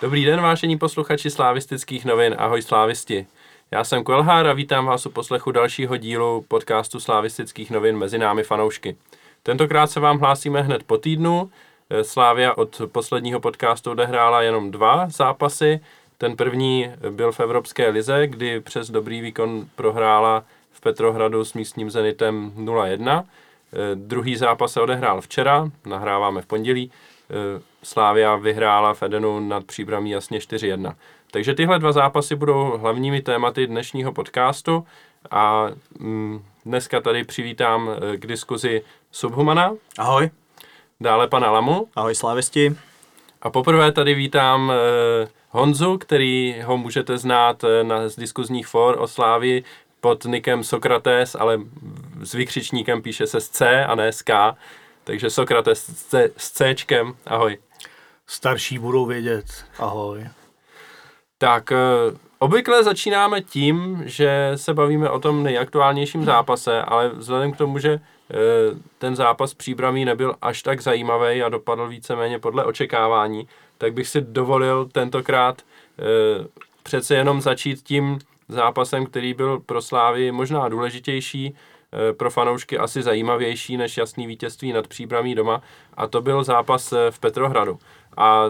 Dobrý den, vážení posluchači slavistických novin, ahoj slávisti. Já jsem Kvelhár a vítám vás u poslechu dalšího dílu podcastu slavistických novin Mezi námi fanoušky. Tentokrát se vám hlásíme hned po týdnu. Slavia od posledního podcastu odehrála jenom 2 zápasy. Ten první byl v Evropské lize, kdy přes dobrý výkon prohrála v Petrohradu s místním Zenitem 0-1. Druhý zápas se odehrál včera, nahráváme v pondělí. Slavia vyhrála v Edenu nad Příbramí jasně 4-1. Takže tyhle 2 zápasy budou hlavními tématy dnešního podcastu a dneska tady přivítám k diskuzi Subhumana. Ahoj. Dále pana Lamu. Ahoj slávisti. A poprvé tady vítám Honzu, který ho můžete znát z diskuzních for o Slavii pod nikem Sokrates, ale s vykřičníkem píše se s C a ne s K. Takže Sokrates s Cčkem. Ahoj. Starší budou vědět. Ahoj. Tak, obvykle začínáme tím, že se bavíme o tom nejaktuálnějším zápase, ale vzhledem k tomu, že ten zápas Příbramí nebyl až tak zajímavý a dopadl víceméně podle očekávání, tak bych si dovolil tentokrát přece jenom začít tím zápasem, který byl pro Slavii možná důležitější, pro fanoušky asi zajímavější než jasný vítězství nad Příbramí doma, a to byl zápas v Petrohradu. A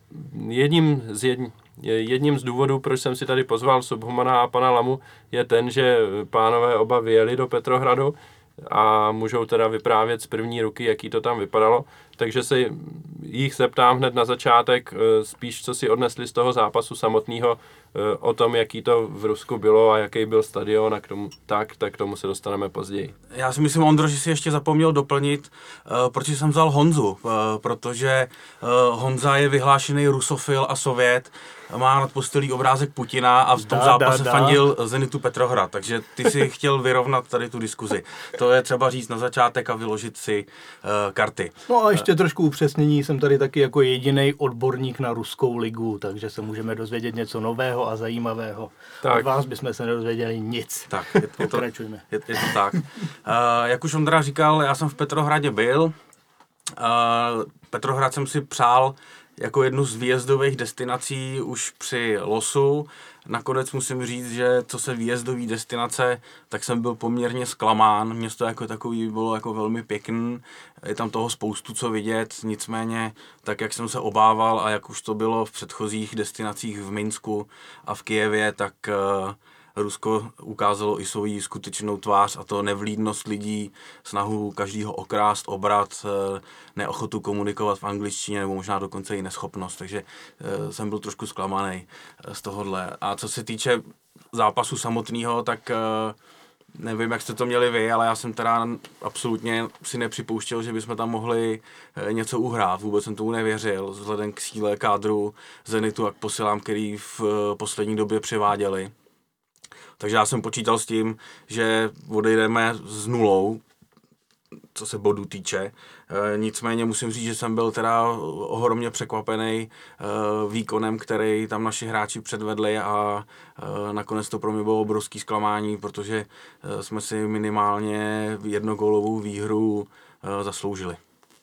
jedním z důvodů, proč jsem si tady pozval Subhumana a pana Lamu, je ten, že pánové oba vyjeli do Petrohradu a můžou teda vyprávět z první ruky, jaký to tam vypadalo. Takže se jich zeptám hned na začátek, spíš co si odnesli z toho zápasu samotného, o tom, jaký to v Rusku bylo a jaký byl stadion, a k tomu, tak k tomu se dostaneme později. Já si myslím, Ondro, že si ještě zapomněl doplnit, proč jsem vzal Honzu, protože Honza je vyhlášený rusofil a sovět, má nad postelí obrázek Putina a v tom zápase fandil Zenitu Petrohrad, takže ty si chtěl vyrovnat tady tu diskuzi. To je třeba říct na začátek a vyložit si karty. No a ještě trošku upřesnění, jsem tady taky jako jediný odborník na ruskou ligu, takže se můžeme dozvědět něco nového a zajímavého. Tak. Od vás bychom se nedozvěděli nic. Tak, pokračujme. Je to tak. Jak už Ondra říkal, já jsem v Petrohradě byl. Petrohrad jsem si přál jako jednu z výjezdových destinací už při losu. Nakonec musím říct, že co se výjezdové destinace, tak jsem byl poměrně zklamán. Město jako takový bylo jako velmi pěkný, je tam toho spoustu co vidět, nicméně tak, jak jsem se obával a jak už to bylo v předchozích destinacích v Minsku a v Kyjevě, tak Rusko ukázalo i svou skutečnou tvář, a to nevlídnost lidí, snahu každýho okrást, obrat, neochotu komunikovat v angličtině nebo možná dokonce i neschopnost, takže jsem byl trošku zklamaný z tohohle. A co se týče zápasu samotného, tak nevím, jak jste to měli vy, ale já jsem teda absolutně si nepřipouštěl, že bychom tam mohli něco uhrát. Vůbec jsem tomu nevěřil, vzhledem k síle kádru Zenitu a k posilám, který v poslední době převáděli. Takže já jsem počítal s tím, že odejdeme s 0, co se bodů týče. Nicméně musím říct, že jsem byl teda ohromně překvapený výkonem, který tam naši hráči předvedli, a nakonec to pro mě bylo obrovský zklamání, protože jsme si minimálně jednogólovou výhru zasloužili.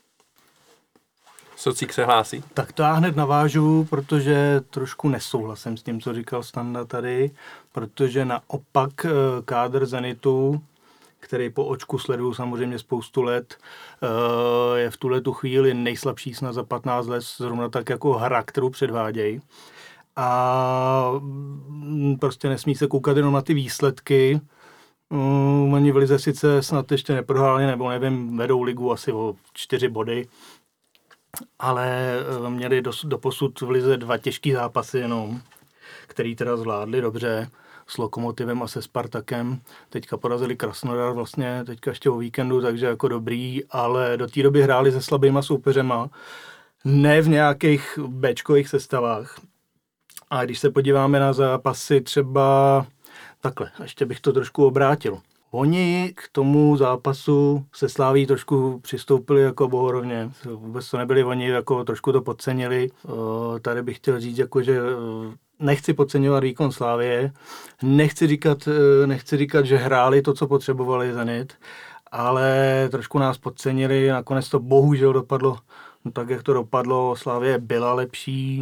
Socík se hlásí. Tak to já hned navážu, protože trošku nesouhlasím s tím, co říkal Standa tady, protože naopak kádr Zenitu, který po očku sleduju samozřejmě spoustu let, je v tuhletu chvíli nejslabší snad za 15 let, zrovna tak jako hra, kterou předvádějí. A prostě nesmí se koukat jenom na ty výsledky. Oni v lize sice snad ještě neprohráli, nebo nevím, vedou ligu asi o 4 body, ale měli doposud v lize 2 těžký zápasy jenom, který teda zvládli dobře s Lokomotivem a se Spartakem. Teďka porazili Krasnodar vlastně, teďka ještě o víkendu, takže jako dobrý, ale do té doby hráli se slabýma soupeřema, ne v nějakých béčkových sestavách. A když se podíváme na zápasy třeba takhle, ještě bych to trošku obrátil. Oni k tomu zápasu se Slaví trošku přistoupili jako bohorovně. Vůbec to nebyli oni, jako trošku to podcenili. Tady bych chtěl říct, jako, že nechci podceňovat výkon Slavie, nechci říkat, že hráli to, co potřebovali Zenit, ale trošku nás podcenili, nakonec to bohužel dopadlo tak, jak to dopadlo. Slavie byla lepší,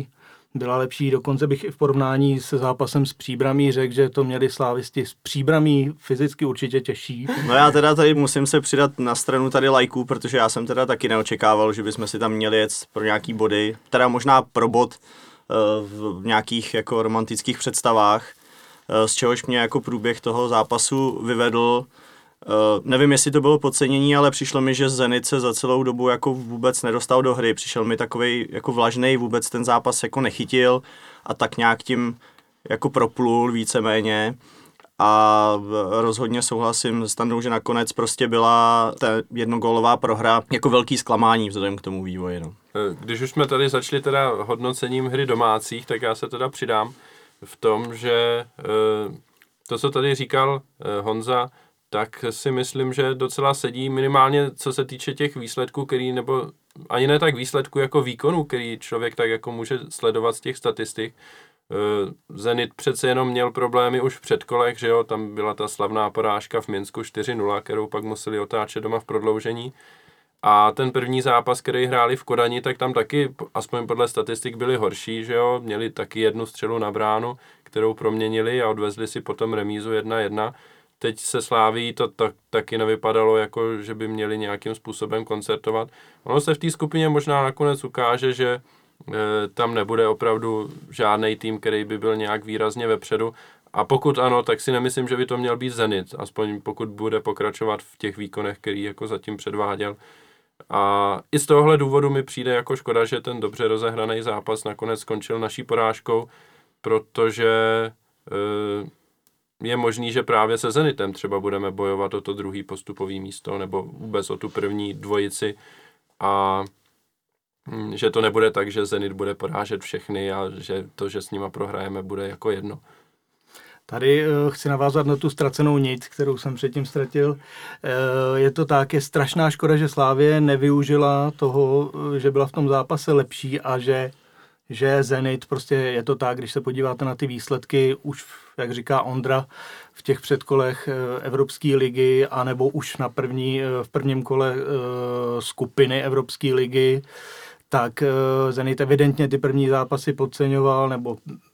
byla lepší. Dokonce bych i v porovnání se zápasem s Příbramí řekl, že to měli slávisti s Příbramí fyzicky určitě těžší. No já teda tady musím se přidat na stranu tady lajků, protože já jsem teda taky neočekával, že bychom si tam měli jet pro nějaký body. Teda možná pro bod v nějakých jako romantických představách, z čehož mě jako průběh toho zápasu vyvedl. Nevím, jestli to bylo podcenění, ale přišlo mi, že Zenit se za celou dobu jako vůbec nedostal do hry. Přišel mi takovej jako vlažnej, vůbec ten zápas jako nechytil a tak nějak tím jako proplul víceméně. A rozhodně souhlasím s Standou, že nakonec prostě byla ta jednogólová prohra jako velký zklamání vzhledem k tomu vývoji. No. Když už jsme tady začali teda hodnocením hry domácích, tak já se teda přidám v tom, že to, co tady říkal Honza, tak si myslím, že docela sedí minimálně co se týče těch výsledků, který, nebo ani ne tak výsledků jako výkonů, který člověk tak jako může sledovat z těch statistik. Zenit přece jenom měl problémy už v předkolech, že jo, tam byla ta slavná porážka v Minsku 4-0, kterou pak museli otáčet doma v prodloužení. A ten první zápas, který hráli v Kodani, tak tam taky, aspoň podle statistik, byli horší, že jo, měli taky jednu střelu na bránu, kterou proměnili a odvezli si potom remízu 1-1. Teď se Sláví to taky nevypadalo, jako že by měli nějakým způsobem koncertovat. Ono se v té skupině možná nakonec ukáže, že tam nebude opravdu žádný tým, který by byl nějak výrazně vepředu. A pokud ano, tak si nemyslím, že by to měl být Zenit, aspoň pokud bude pokračovat v těch výkonech, který jako zatím předváděl. A i z tohohle důvodu mi přijde jako škoda, že ten dobře rozehraný zápas nakonec skončil naší porážkou, protože je možný, že právě se Zenitem třeba budeme bojovat o to druhý postupový místo nebo vůbec o tu první dvojici a že to nebude tak, že Zenit bude porážet všechny a že to, že s nima prohrajeme, bude jako jedno. Tady chci navázat na tu ztracenou nit, kterou jsem předtím ztratil. Je to tak, je strašná škoda, že Slavie nevyužila toho, že byla v tom zápase lepší a že Zenit, prostě je to tak, když se podíváte na ty výsledky, už, jak říká Ondra, v těch předkolech Evropské ligy, anebo už v prvním kole skupiny Evropské ligy, tak Zenit evidentně ty první zápasy podceňoval, nebo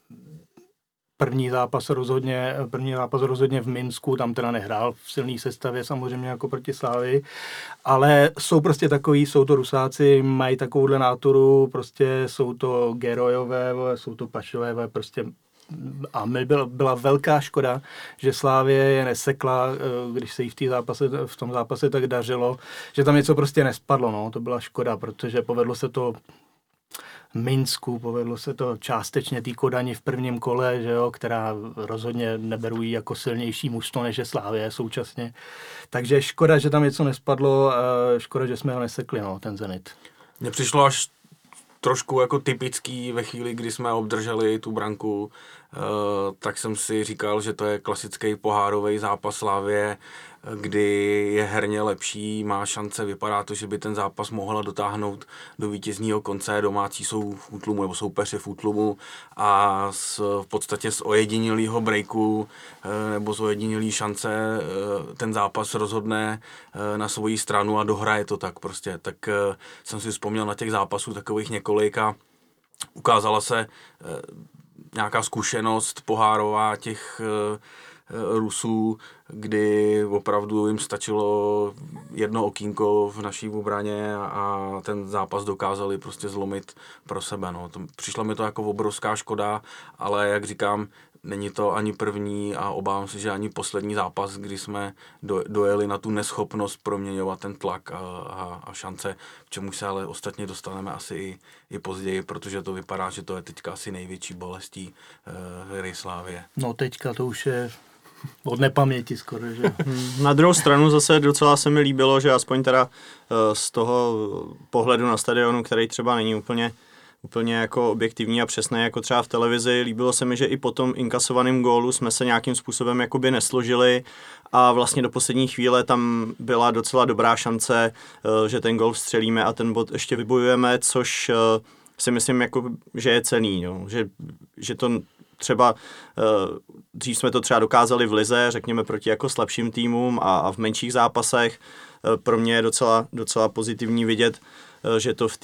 první zápas rozhodně v Minsku, tam teda nehrál v silné sestavě samozřejmě jako proti Slávii, ale jsou prostě takový, jsou to Rusáci, mají takovouhle náturu, prostě jsou to Gerojové, jsou to Pašové, prostě a byla velká škoda, že Slávie je nesekla, když se jí v tom zápase tak dařilo, že tam něco prostě nespadlo, no, to byla škoda, protože povedlo se to Minsku, povedlo se to částečně té Kodani v prvním kole, že jo, která rozhodně neberu jí jako silnější mužstvo než je Slavie současně. Takže škoda, že tam něco nespadlo, škoda, že jsme ho nesekli, no, ten Zenit. Mně přišlo až trošku jako typický ve chvíli, kdy jsme obdrželi tu branku, tak jsem si říkal, že to je klasický pohárový zápas Slavie, kdy je herně lepší, má šance, vypadá to, že by ten zápas mohla dotáhnout do vítězního konce, domácí jsou v útlumu nebo soupeři v útlumu a v podstatě z ojedinělého breaku nebo z ojedinělé šance ten zápas rozhodne na svoji stranu a dohraje to tak prostě. Tak jsem si vzpomněl na těch zápasů takových několik a ukázala se nějaká zkušenost pohárová těch Rusů, kdy opravdu jim stačilo jedno okýnko v naší obraně a ten zápas dokázali prostě zlomit pro sebe. No. Přišlo mi to jako obrovská škoda, ale jak říkám, není to ani první a obávám se, že ani poslední zápas, kdy jsme dojeli na tu neschopnost proměňovat ten tlak a šance, k čemu se ale ostatně dostaneme asi i později, protože to vypadá, že to je teďka asi největší bolestí hry Slávie. No teďka to už je od nepaměti skoro, že? Na druhou stranu zase docela se mi líbilo, že aspoň teda z toho pohledu na stadionu, který třeba není úplně jako objektivní a přesné, jako třeba v televizi, líbilo se mi, že i po tom inkasovaném gólu jsme se nějakým způsobem jakoby nesložili a vlastně do poslední chvíle tam byla docela dobrá šance, že ten gól vstřelíme a ten bod ještě vybojujeme, což si myslím, jako, že je cenný, jo? Že to třeba dřív jsme to třeba dokázali v lize, řekněme proti jako slabším týmům a v menších zápasech. Pro mě je docela pozitivní vidět, že to v té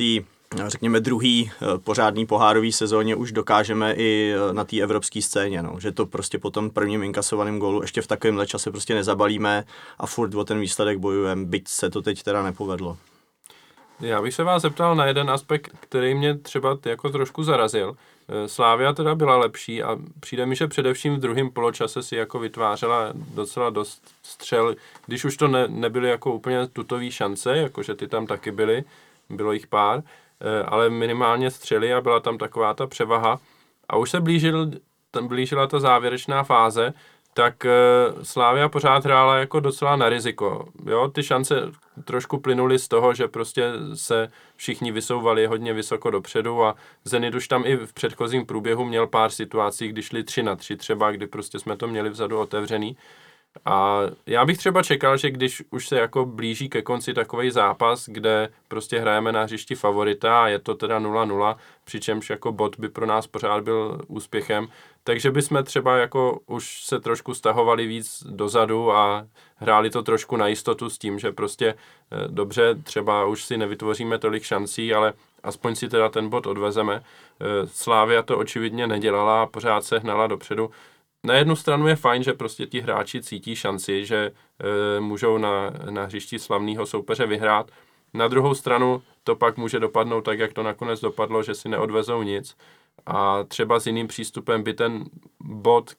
řekněme, druhý pořádný pohárový sezóně už dokážeme i na té evropské scéně, no. Že to prostě po tom prvním inkasovaném gólu ještě v takovémhle čase prostě nezabalíme a furt o ten výsledek bojujeme, byť se to teď teda nepovedlo. Já bych se vás zeptal na jeden aspekt, který mě třeba jako trošku zarazil. Slavia teda byla lepší a přijde mi, že především v druhém poločase si jako vytvářela docela dost střel, když už to nebyly jako úplně tutový šance, jakože ty tam taky byly, bylo jich pár, ale minimálně střely a byla tam taková ta převaha a už se blížila ta závěrečná fáze, tak Slavia pořád hrála jako docela na riziko. Jo? Ty šance trošku plynuly z toho, že prostě se všichni vysouvali hodně vysoko dopředu a Zenit už tam i v předchozím průběhu měl pár situací, kdy šli 3-3 třeba, kdy prostě jsme to měli vzadu otevřený. A já bych třeba čekal, že když už se jako blíží ke konci takovej zápas, kde prostě hrajeme na hřišti favorita a je to teda 0-0, přičemž jako bod by pro nás pořád byl úspěchem, takže bychom třeba jako už se trošku stahovali víc dozadu a hráli to trošku na jistotu s tím, že prostě dobře, třeba už si nevytvoříme tolik šancí, ale aspoň si teda ten bod odvezeme. Slavia to očividně nedělala a pořád se hnala dopředu. Na jednu stranu je fajn, že prostě ti hráči cítí šanci, že můžou na hřišti slavného soupeře vyhrát. Na druhou stranu to pak může dopadnout tak, jak to nakonec dopadlo, že si neodvezou nic. A třeba s jiným přístupem by ten bod,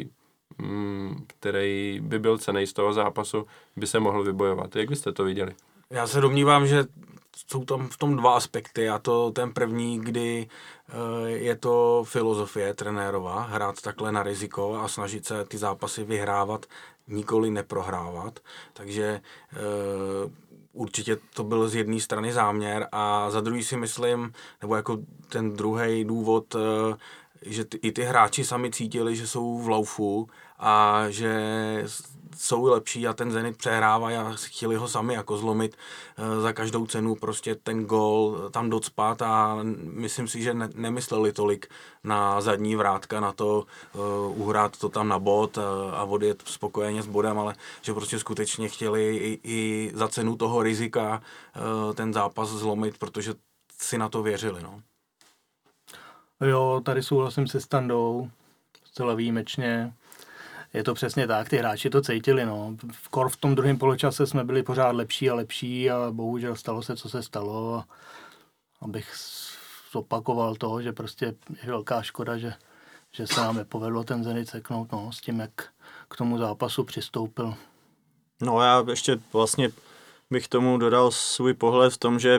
který by byl cenný z toho zápasu, by se mohl vybojovat. Jak byste to viděli? Já se domnívám, že jsou tam v tom dva aspekty. A to ten první, kdy je to filozofie trenérova, hrát takhle na riziko a snažit se ty zápasy vyhrávat, nikoli neprohrávat. Takže určitě to byl z jedné strany záměr a za druhý si myslím, nebo jako ten druhý důvod, že i ty hráči sami cítili, že jsou v laufu a že jsou lepší a ten Zenit přehrává a chtěli ho sami jako zlomit za každou cenu prostě ten gól tam docpat a myslím si, že nemysleli tolik na zadní vrátka, na to uhrát to tam na bod a odjet spokojeně s bodem, ale že prostě skutečně chtěli i za cenu toho rizika ten zápas zlomit, protože si na to věřili, no. Jo, tady souhlasím se Standou, zcela výjimečně. Je to přesně tak, ty hráči to cítili, no. V tom druhém poločase jsme byli pořád lepší a bohužel stalo se, co se stalo. A abych zopakoval to, že prostě je velká škoda, že se nám nepovedlo ten Zenit seknout, no, s tím, jak k tomu zápasu přistoupil. No já ještě vlastně bych tomu dodal svůj pohled v tom, že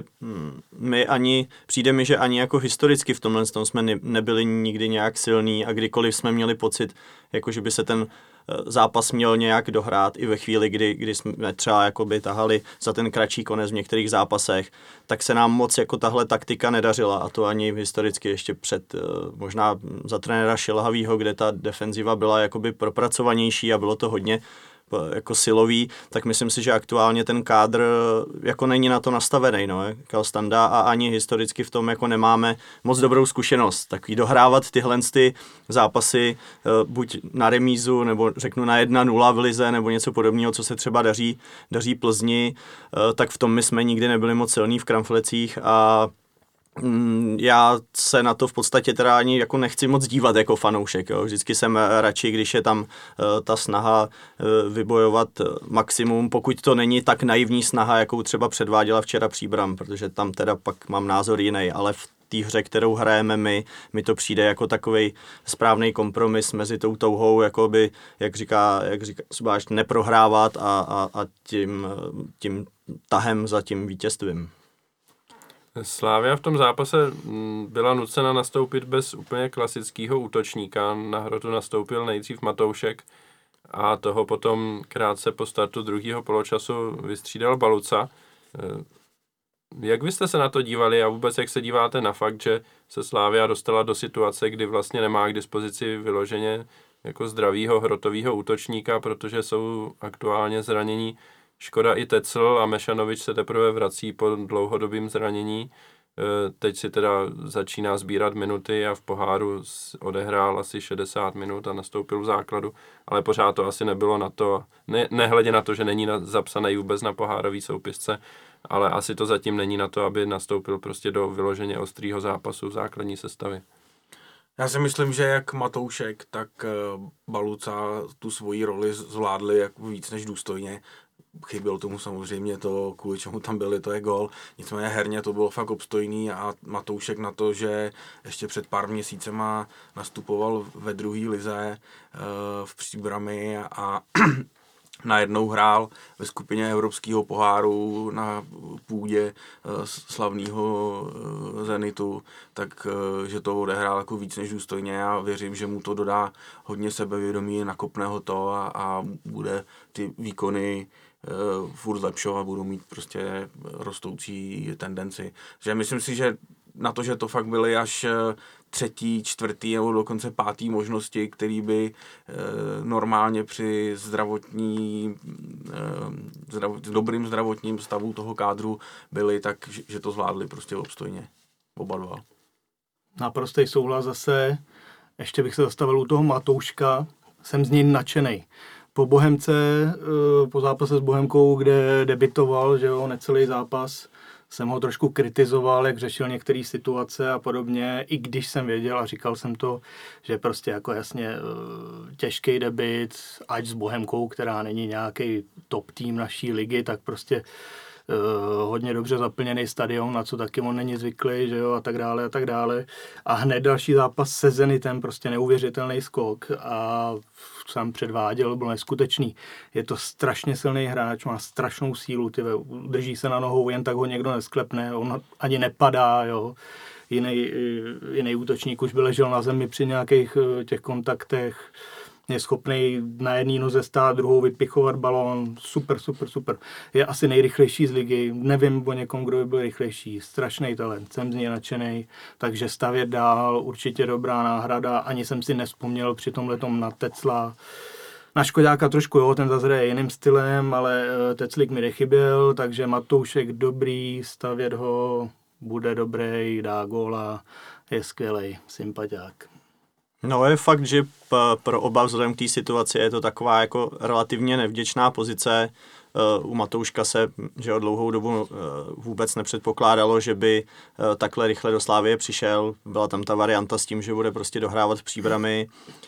přijde mi, že ani jako historicky v tomhle tom jsme nebyli nikdy nějak silní a kdykoliv jsme měli pocit, jako že by se ten zápas měl nějak dohrát i ve chvíli, kdy jsme třeba jakoby tahali za ten kratší konec v některých zápasech, tak se nám moc jako tahle taktika nedařila a to ani historicky ještě před možná za trenéra Šilhavýho, kde ta defenziva byla jakoby propracovanější a bylo to hodně jako silový, tak myslím si, že aktuálně ten kádr jako není na to nastavený, no, jako Standa a ani historicky v tom jako nemáme moc dobrou zkušenost. Takový dohrávat tyhle ty zápasy buď na remízu, nebo řeknu na 1-0 v lize, nebo něco podobného, co se třeba daří Plzni, tak v tom my jsme nikdy nebyli moc silní v kramflecích a já se na to v podstatě teda ani jako nechci moc dívat jako fanoušek. Jo. Vždycky jsem radši, když je tam ta snaha vybojovat maximum, pokud to není tak naivní snaha, jakou třeba předváděla včera Příbram, protože tam teda pak mám názor jiný, ale v té hře, kterou hrajeme mi to přijde jako takovej správný kompromis mezi tou touhou, jakoby, jak říká Subáš, neprohrávat a tím tahem za tím vítězstvím. Slavia v tom zápase byla nucena nastoupit bez úplně klasického útočníka. Na hrotu nastoupil nejdřív Matoušek a toho potom krátce po startu druhého poločasu vystřídal Baluca. Jak byste se na to dívali a vůbec jak se díváte na fakt, že se Slavia dostala do situace, kdy vlastně nemá k dispozici vyloženě jako zdravýho hrotového útočníka, protože jsou aktuálně zranění Škoda i Tecl a Mešanovič se teprve vrací po dlouhodobým zranění. Teď si teda začíná sbírat minuty a v poháru odehrál asi 60 minut a nastoupil v základu, ale pořád to asi nebylo na to, nehledě na to, že není zapsaný vůbec na pohárový soupisce. ale asi to zatím není na to, aby nastoupil prostě do vyloženě ostrýho zápasu v základní sestavě. Já si myslím, že jak Matoušek, tak Baluca tu svoji roli zvládli jako víc než důstojně. Chybělo tomu samozřejmě to, kvůli čemu tam byli, to je gól. Nicméně herně to bylo fakt obstojný a Matoušek na to, že ještě před pár měsícema nastupoval ve druhé lize v Příbrami a najednou hrál ve skupině Evropského poháru na půdě slavného Zenitu, tak že to odehrál jako víc než důstojně a věřím, že mu to dodá hodně sebevědomí, nakopne ho to a bude ty výkony furt zlepšovat, budou mít prostě rostoucí tendenci. Že myslím si, že na to, že to fakt byly až třetí, čtvrtý nebo dokonce pátý možnosti, které by normálně při dobrým zdravotním stavu toho kádru byly, tak že to zvládli prostě obstojně. Oba dva. Naprostý souhlas zase. Ještě bych se zastavil u toho Matouška. Jsem z něj nadšenej. Po Bohemce, po zápase s Bohemkou, kde debitoval, že jo, necelý zápas, jsem ho trošku kritizoval, jak řešil některé situace a podobně, i když jsem věděl a říkal jsem to, že prostě jako jasně těžký debit, ať s Bohemkou, která není nějaký top tým naší ligy, tak prostě hodně dobře zaplněný stadion, na co taky on není zvyklý, že jo, a tak dále, a tak dále. A hned další zápas se Zenitem, prostě neuvěřitelný skok a sám předváděl, byl neskutečný. Je to strašně silný hráč, má strašnou sílu, drží se na nohou, jen tak ho někdo nesklepne, on ani nepadá, jo. Jiný útočník už by ležel na zemi při nějakých těch kontaktech, je schopný na jedné noze stát, druhou vypichovat balón, super. Je asi nejrychlejší z ligy, nevím o někom, kdo by byl rychlejší, strašný talent, jsem z něj nadšenej, takže stavět dál, určitě dobrá náhrada, ani jsem si nevzpomněl při tomhletom na Tecla. Na Škoďáka trošku, jo, ten zase hraje jiným stylem, ale Teclík mi nechyběl, takže Matoušek dobrý, stavět ho, bude dobrý, dá góla, je skvělej, sympatiák. No je fakt, že pro oba vzhledem k té situaci je to taková jako relativně nevděčná pozice. U Matouška se, že o dlouhou dobu vůbec nepředpokládalo, že by takhle rychle do Slavie přišel. Byla tam ta varianta s tím, že bude prostě dohrávat v Příbrami.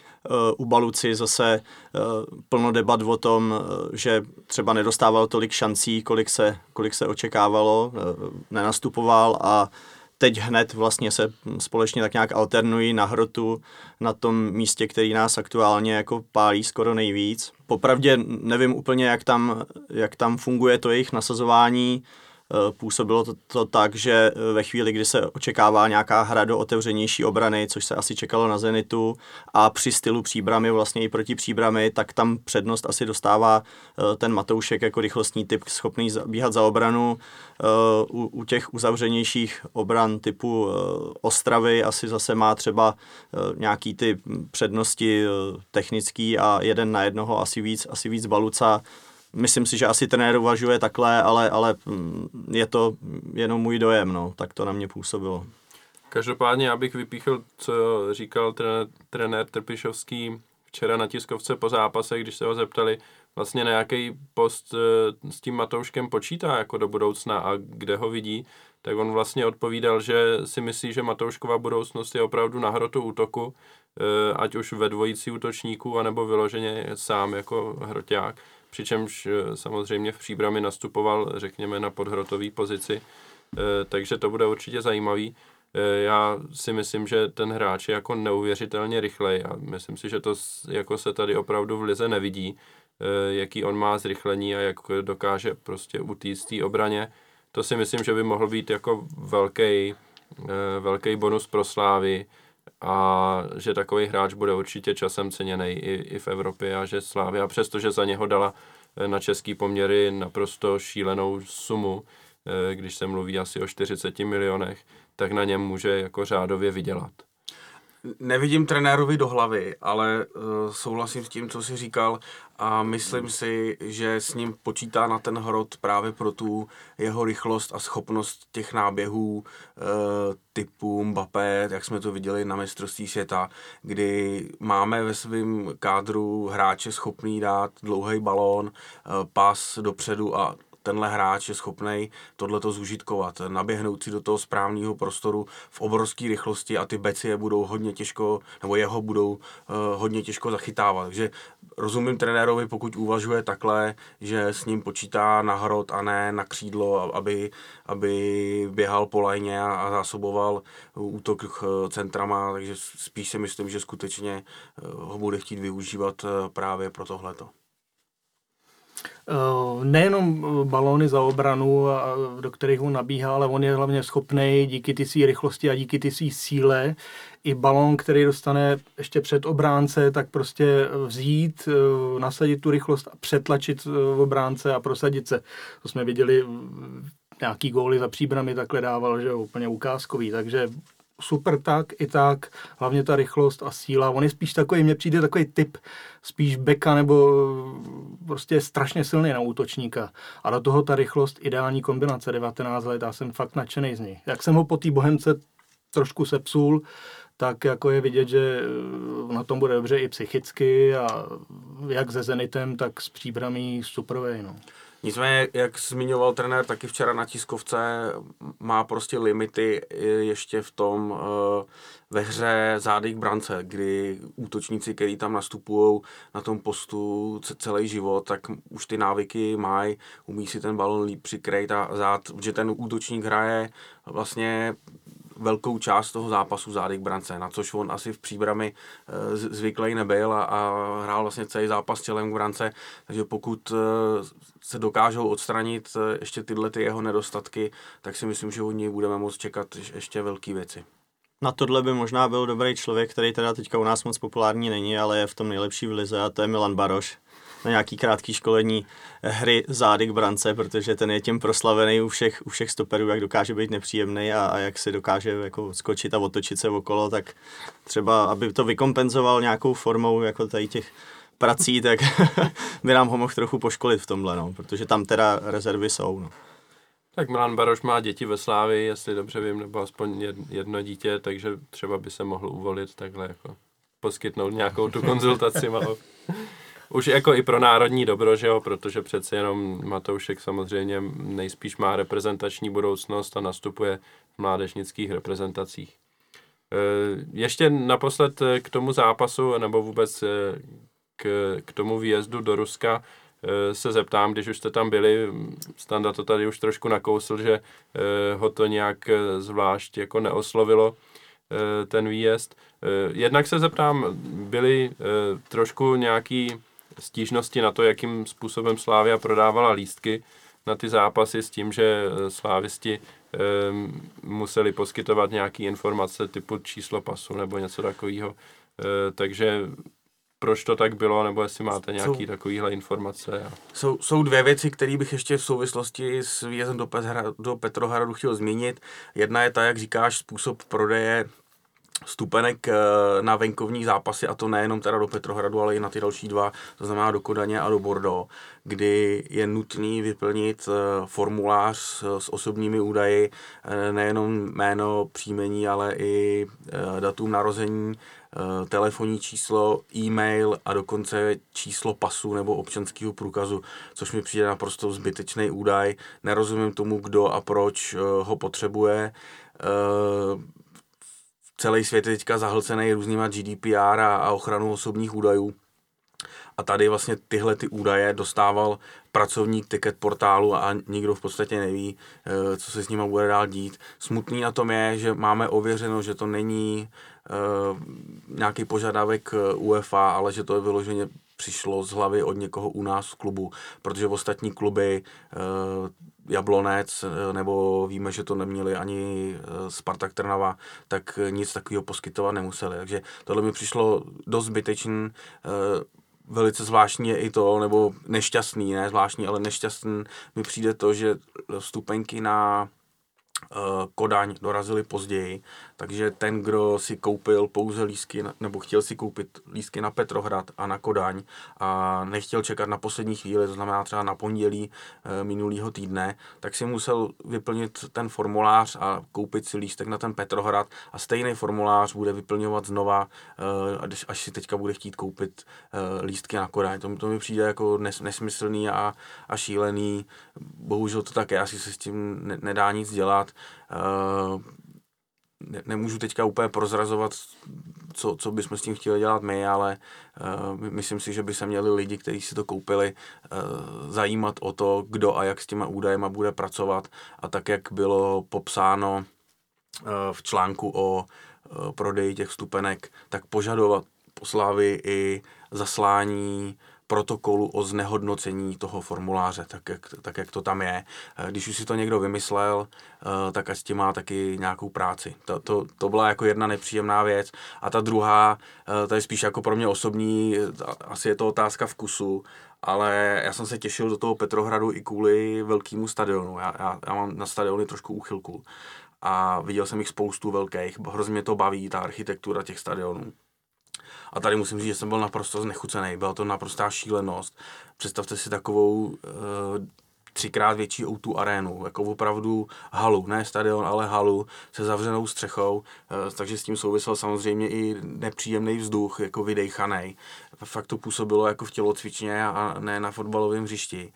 U Baluci zase plno debat o tom, že třeba nedostával tolik šancí, kolik se očekávalo, nenastupoval a teď hned vlastně se společně tak nějak alternují na hrotu na tom místě, který nás aktuálně jako pálí skoro nejvíc. Popravdě nevím úplně, jak tam funguje to jejich nasazování. Působilo to tak, že ve chvíli, kdy se očekává nějaká hra do otevřenější obrany, což se asi čekalo na Zenitu, a při stylu Příbramy, vlastně i proti Příbrami, tak tam přednost asi dostává ten Matoušek jako rychlostní typ, schopný bíhat za obranu. U těch uzavřenějších obran typu Ostravy asi zase má třeba nějaký ty přednosti technický a 1 na 1 asi víc Baluca. Myslím si, že asi trenér uvažuje takhle, ale je to jenom můj dojem, no, tak to na mě působilo. Každopádně já bych vypíchl, co říkal trenér Trpišovský včera na tiskovce po zápase, když se ho zeptali vlastně na jaký post s tím Matouškem počítá jako do budoucna a kde ho vidí, tak on vlastně odpovídal, že si myslí, že Matouškova budoucnost je opravdu na hrotu útoku, ať už ve dvojici útočníků, anebo vyloženě sám jako hroťák. Přičemž samozřejmě v Příbrami nastupoval, řekněme, na podhrotový pozici, takže to bude určitě zajímavý. Já si myslím, že ten hráč je jako neuvěřitelně rychlej a myslím si, že to jako se tady opravdu v lize nevidí, jaký on má zrychlení a jak dokáže prostě utíct té obraně. To si myslím, že by mohl být jako velký bonus pro Slávy a že takový hráč bude určitě časem ceněný i v Evropě a že Slavia, přestože za něho dala na český poměry naprosto šílenou sumu, když se mluví asi o 40 milionech, tak na něm může jako řádově vydělat. Nevidím trenérovi do hlavy, ale souhlasím s tím, co jsi říkal a myslím si, že s ním počítá na ten hrot právě pro tu jeho rychlost a schopnost těch náběhů typu Mbappé, jak jsme to viděli na mistrovství světa, kdy máme ve svém kádru hráče schopný dát dlouhý balón, pas dopředu a tenhle hráč je schopný tohleto zužitkovat, naběhnout si do toho správného prostoru v obrovské rychlosti a ty beci je budou hodně těžko, nebo jeho budou hodně těžko zachytávat. Takže rozumím trenérovi, pokud uvažuje takhle, že s ním počítá na hrot a ne na křídlo, aby běhal po lajně a zásoboval útok centrama, takže spíš si myslím, že skutečně ho bude chtít využívat právě pro tohleto. Nejenom balóny za obranu, do kterých on nabíhá, ale on je hlavně schopný díky ty své rychlosti a díky ty své síle i balón, který dostane ještě před obránce, tak prostě vzít, nasadit tu rychlost a přetlačit v obránce a prosadit se. To jsme viděli, nějaký góly za Příbrami takhle dával, že úplně ukázkový, takže super tak i tak, hlavně ta rychlost a síla. On je spíš takový, mně přijde takový typ spíš beka nebo prostě strašně silný na útočníka. A do toho ta rychlost, ideální kombinace, 19 let, já jsem fakt nadšený z ní. Jak jsem ho po té Bohemce trošku sepsul, tak jako je vidět, že na tom bude dobře i psychicky a jak se Zenitem, tak s Příbramí superovej, no. Nicméně, jak zmiňoval trenér taky včera na tiskovce, má prostě limity ještě v tom ve hře zády k brance, kdy útočníci, kteří tam nastupují na tom postu celý život, tak už ty návyky mají, umí si ten balon líp přikrejt a zád, že ten útočník hraje vlastně velkou část toho zápasu zády k brance, na což on asi v Příbrami zvyklý nebyl a hrál vlastně celý zápas čelem k brance, takže pokud se dokážou odstranit ještě tyhle ty jeho nedostatky, tak si myslím, že od něj budeme moct čekat ještě velké věci. Na tohle by možná byl dobrý člověk, který teda teďka u nás moc populární není, ale je v tom nejlepší v lize a to je Milan Baroš. Na nějaký krátký školení hry zády k brance, protože ten je tím proslavený u všech stoperů, jak dokáže být nepříjemný a jak si dokáže jako skočit a otočit se okolo, tak třeba, aby to vykompenzoval nějakou formou jako tady těch prací, tak by nám ho mohl trochu poškolit v tomhle, no, protože tam teda rezervy jsou. No. Tak Milan Baroš má děti ve Slávii, jestli dobře vím, nebo aspoň jedno dítě, takže třeba by se mohl uvolit takhle jako poskytnout nějakou tu konzultaci malou. Už jako i pro národní dobro, že jo, protože přece jenom Matoušek samozřejmě nejspíš má reprezentační budoucnost a nastupuje v mládežnických reprezentacích. Ještě naposled k tomu zápasu, nebo vůbec k tomu výjezdu do Ruska se zeptám, když už jste tam byli, Standa to tady už trošku nakousl, že ho to nějak zvlášť jako neoslovilo, ten výjezd. Jednak se zeptám, byly trošku nějaký stížnosti na to, jakým způsobem Slavia prodávala lístky na ty zápasy s tím, že slávisti museli poskytovat nějaké informace typu číslo pasu nebo něco takového. Takže proč to tak bylo, nebo jestli máte nějaké takovéhle informace? Jsou dvě věci, které bych ještě v souvislosti s výjezdem do Petrohradu chtěl zmínit. Jedna je ta, jak říkáš, způsob prodeje vstupenek na venkovní zápasy, a to nejenom teda do Petrohradu, ale i na ty další dva, to znamená do Kodaně a do Bordeaux, kdy je nutný vyplnit formulář s osobními údaji, nejenom jméno, příjmení, ale i datum narození, telefonní číslo, e-mail a dokonce číslo pasu nebo občanského průkazu, což mi přijde naprosto zbytečný údaj. Nerozumím tomu, kdo a proč ho potřebuje. Celý svět je teďka zahlcený různýma GDPR a ochranou osobních údajů. A tady vlastně tyhle ty údaje dostával pracovník ticket portálu a nikdo v podstatě neví, co se s nima bude dál dít. Smutný na tom je, že máme ověřeno, že to není nějaký požadavek UEFA, ale že to je vyloženě přišlo z hlavy od někoho u nás v klubu, protože v ostatní kluby Jablonec, nebo víme, že to neměli ani Spartak Trnava, tak nic takového poskytovat nemuseli. Takže tohle mi přišlo dost zbytečný. Velice zvláštní je i to, nebo nešťastný, ne zvláštní, ale nešťastný mi přijde to, že vstupenky na Kodaň dorazili později, takže ten, kdo si koupil pouze lístky, nebo chtěl si koupit lístky na Petrohrad a na Kodaň a nechtěl čekat na poslední chvíli, to znamená třeba na pondělí minulého týdne, tak si musel vyplnit ten formulář a koupit si lístek na ten Petrohrad a stejný formulář bude vyplňovat znova, až si teďka bude chtít koupit lístky na Kodaň. To mi přijde jako nesmyslný a šílený. Bohužel to tak je, asi se s tím nedá nic dělat. Nemůžu teďka úplně prozrazovat, co bychom s tím chtěli dělat my, ale myslím si, že by se měli lidi, kteří si to koupili, zajímat o to, kdo a jak s těma údajema bude pracovat, a tak, jak bylo popsáno v článku o prodeji těch vstupenek, tak požadovat po Slavii i zaslání protokolu o znehodnocení toho formuláře, tak jak to tam je. Když už si to někdo vymyslel, tak ať s tím má taky nějakou práci. To byla jako jedna nepříjemná věc. A ta druhá, to je spíš jako pro mě osobní, asi je to otázka vkusu, ale já jsem se těšil do toho Petrohradu i kvůli velkému stadionu. Já mám na stadiony trošku úchylku. A viděl jsem jich spoustu velkých, hrozně mě to baví, ta architektura těch stadionů. A tady musím říct, že jsem byl naprosto znechucený, byla to naprostá šílenost. Představte si takovou 3x větší O2 arénu, jako opravdu halu, ne stadion, ale halu se zavřenou střechou, takže s tím souvisel samozřejmě i nepříjemný vzduch, jako vydejchaný. Fakt to působilo jako v tělocvičně a ne na fotbalovém hřišti.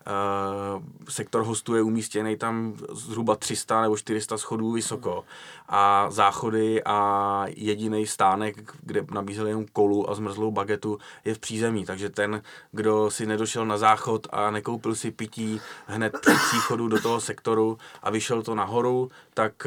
Sektor hostů je umístěný tam zhruba 300 nebo 400 schodů vysoko a záchody a jediný stánek, kde nabízeli jenom kolu a zmrzlou bagetu, je v přízemí, takže ten, kdo si nedošel na záchod a nekoupil si pití hned při příchodu do toho sektoru a vyšel to nahoru, tak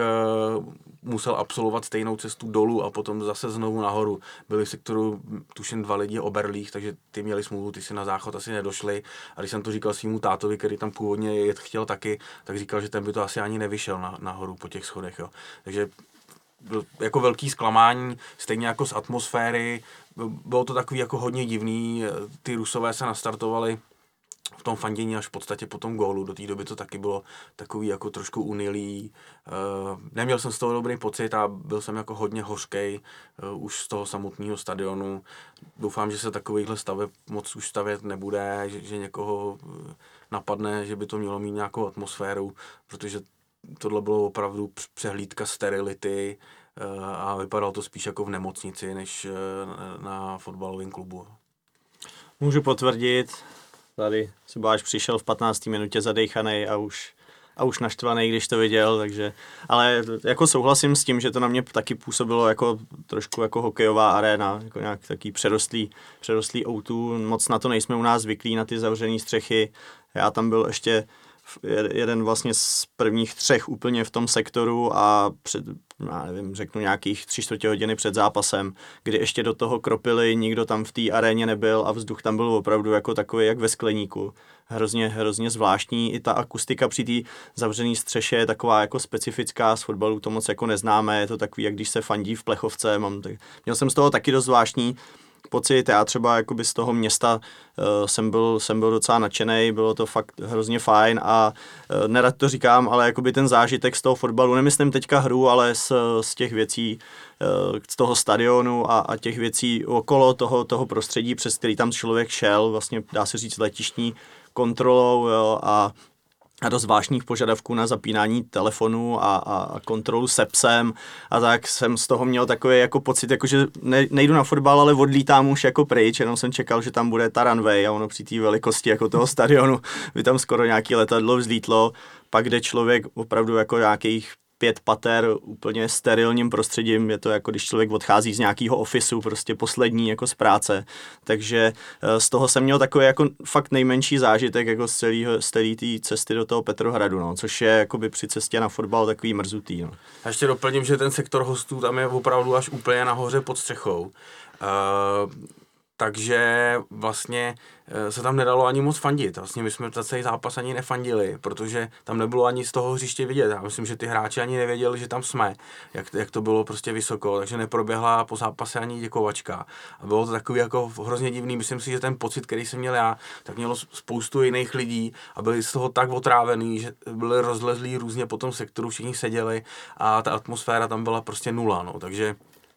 musel absolvovat stejnou cestu dolů a potom zase znovu nahoru. Byli v sektoru tuším 2 lidi oberlých, takže ty měli smůlu, ty si na záchod asi nedošli. A když jsem to říkal svýmu tátovi, který tam původně jet chtěl taky, tak říkal, že ten by to asi ani nevyšel nahoru po těch schodech. Jo. Takže jako velký zklamání, stejně jako z atmosféry. Bylo to takový jako hodně divný. Ty Rusové se nastartovali v tom fandění až v podstatě po tom gólu. Do té doby to taky bylo takový jako trošku unilý. Neměl jsem z toho dobrý pocit a byl jsem jako hodně hořkej už z toho samotného stadionu. Doufám, že se takovýchhle staveb moc už stavět nebude, že někoho napadne, že by to mělo mít nějakou atmosféru, protože tohle bylo opravdu přehlídka sterility a vypadalo to spíš jako v nemocnici, než na fotbalovém klubu. Můžu potvrdit, tady Subáš přišel v 15. minutě zadejchanej a už naštvaný, když to viděl, takže, ale jako souhlasím s tím, že to na mě taky působilo jako trošku jako hokejová aréna, jako nějak taký přerostlý O2, moc na to nejsme u nás zvyklí, na ty zavřené střechy. Já tam byl ještě jeden vlastně z prvních 3 úplně v tom sektoru a já nevím, řeknu nějakých 3/4 hodiny před zápasem, kdy ještě do toho kropili, nikdo tam v té aréně nebyl a vzduch tam byl opravdu jako takový jak ve skleníku. Hrozně zvláštní. I ta akustika při té zavřené střeše je taková jako specifická, z fotbalu to moc jako neznáme, je to takový, jak když se fandí v plechovce. Měl jsem z toho taky dost zvláštní pocit, já třeba jakoby z toho města jsem byl docela nadšenej, bylo to fakt hrozně fajn a nerad to říkám, ale jakoby ten zážitek z toho fotbalu, nemyslím teďka hru, ale z těch věcí, z toho stadionu a těch věcí okolo toho prostředí, přes který tam člověk šel, vlastně dá se říct letištní kontrolou, jo, a dost zvláštních požadavků na zapínání telefonu a kontrolu se psem a tak jsem z toho měl takový jako pocit, jako že nejdu na fotbal, ale odlítám už jako pryč, jenom jsem čekal, že tam bude ta runway a ono při té velikosti jako toho stadionu by tam skoro nějaký letadlo vzlítlo, pak jde člověk opravdu jako nějakých 5 pater úplně sterilním prostředím, je to jako když člověk odchází z nějakého ofisu, prostě poslední jako z práce, takže z toho jsem měl takový jako fakt nejmenší zážitek jako z celé té cesty do toho Petrohradu, no, což je jakoby při cestě na fotbal takový mrzutý. No. A ještě doplním, že ten sektor hostů tam je opravdu až úplně nahoře pod střechou. takže vlastně se tam nedalo ani moc fandit. Vlastně my jsme za celý zápas ani nefandili, protože tam nebylo ani z toho hřiště vidět. Já myslím, že ty hráči ani nevěděli, že tam jsme, jak to bylo prostě vysoko, takže neproběhla po zápase ani děkovačka. A bylo to takový jako hrozně divný. Myslím si, že ten pocit, který jsem měl já, tak mělo spoustu jiných lidí a byli z toho tak otrávený, že byli rozlezlí různě po tom sektoru, všichni seděli a ta atmosféra tam byla prostě nula. No. Takže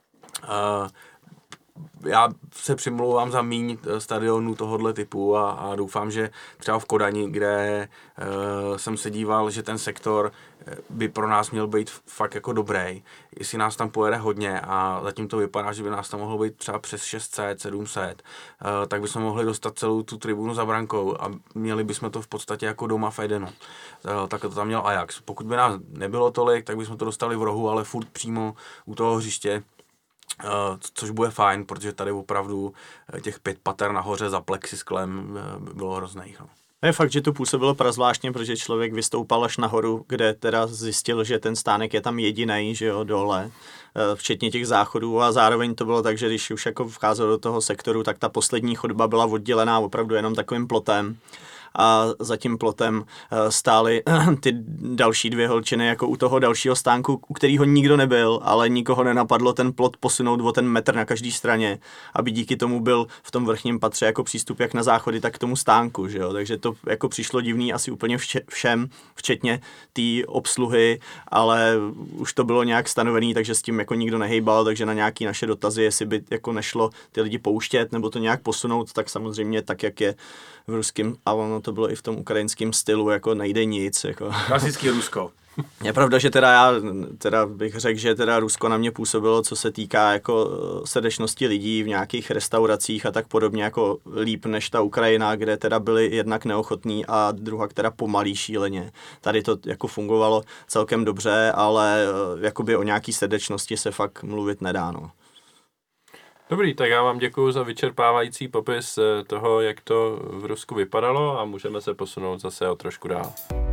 já se přimlouvám za míň stadionů tohohle typu a doufám, že třeba v Kodani, kde jsem se díval, že ten sektor by pro nás měl být fakt jako dobrý. Jestli nás tam pojede hodně a zatím to vypadá, že by nás tam mohlo být třeba přes 600, 700, tak bychom mohli dostat celou tu tribunu za brankou a měli bychom to v podstatě jako doma v Edenu. Tak to tam měl Ajax. Pokud by nás nebylo tolik, tak bychom to dostali v rohu, ale furt přímo u toho hřiště. Což bude fajn, protože tady opravdu těch 5 pater nahoře za plexisklem bylo hrozných. No. Je fakt, že to působilo prazvláštně, protože člověk vystoupal až nahoru, kde teda zjistil, že ten stánek je tam jedinej, že jo, dole, včetně těch záchodů a zároveň to bylo tak, že když už jako vcházel do toho sektoru, tak ta poslední chodba byla oddělená opravdu jenom takovým plotem. A za tím plotem stály ty další 2 holčiny jako u toho dalšího stánku, u kterého nikdo nebyl, ale nikoho nenapadlo ten plot posunout o ten metr na každé straně, aby díky tomu byl v tom vrchním patře jako přístup jak na záchody, tak k tomu stánku, že jo? Takže to jako přišlo divný asi úplně všem, včetně té obsluhy, ale už to bylo nějak stanovený, takže s tím jako nikdo nehejbal, takže na nějaký naše dotazy, jestli by jako nešlo ty lidi pouštět nebo to nějak posunout, tak samozřejmě tak, jak je v ruském, a ono to bylo i v tom ukrajinském stylu, jako nejde nic. Jako. Klasický Rusko. Je pravda, že teda já bych řekl, že teda Rusko na mě působilo, co se týká jako srdečnosti lidí v nějakých restauracích a tak podobně, jako líp než ta Ukrajina, kde teda byli jednak neochotní a druhá, která pomalí šíleně. Tady to jako fungovalo celkem dobře, ale jakoby o nějaký srdečnosti se fakt mluvit nedá, no. Dobrý, tak já vám děkuju za vyčerpávající popis toho, jak to v Rusku vypadalo a můžeme se posunout zase o trošku dál.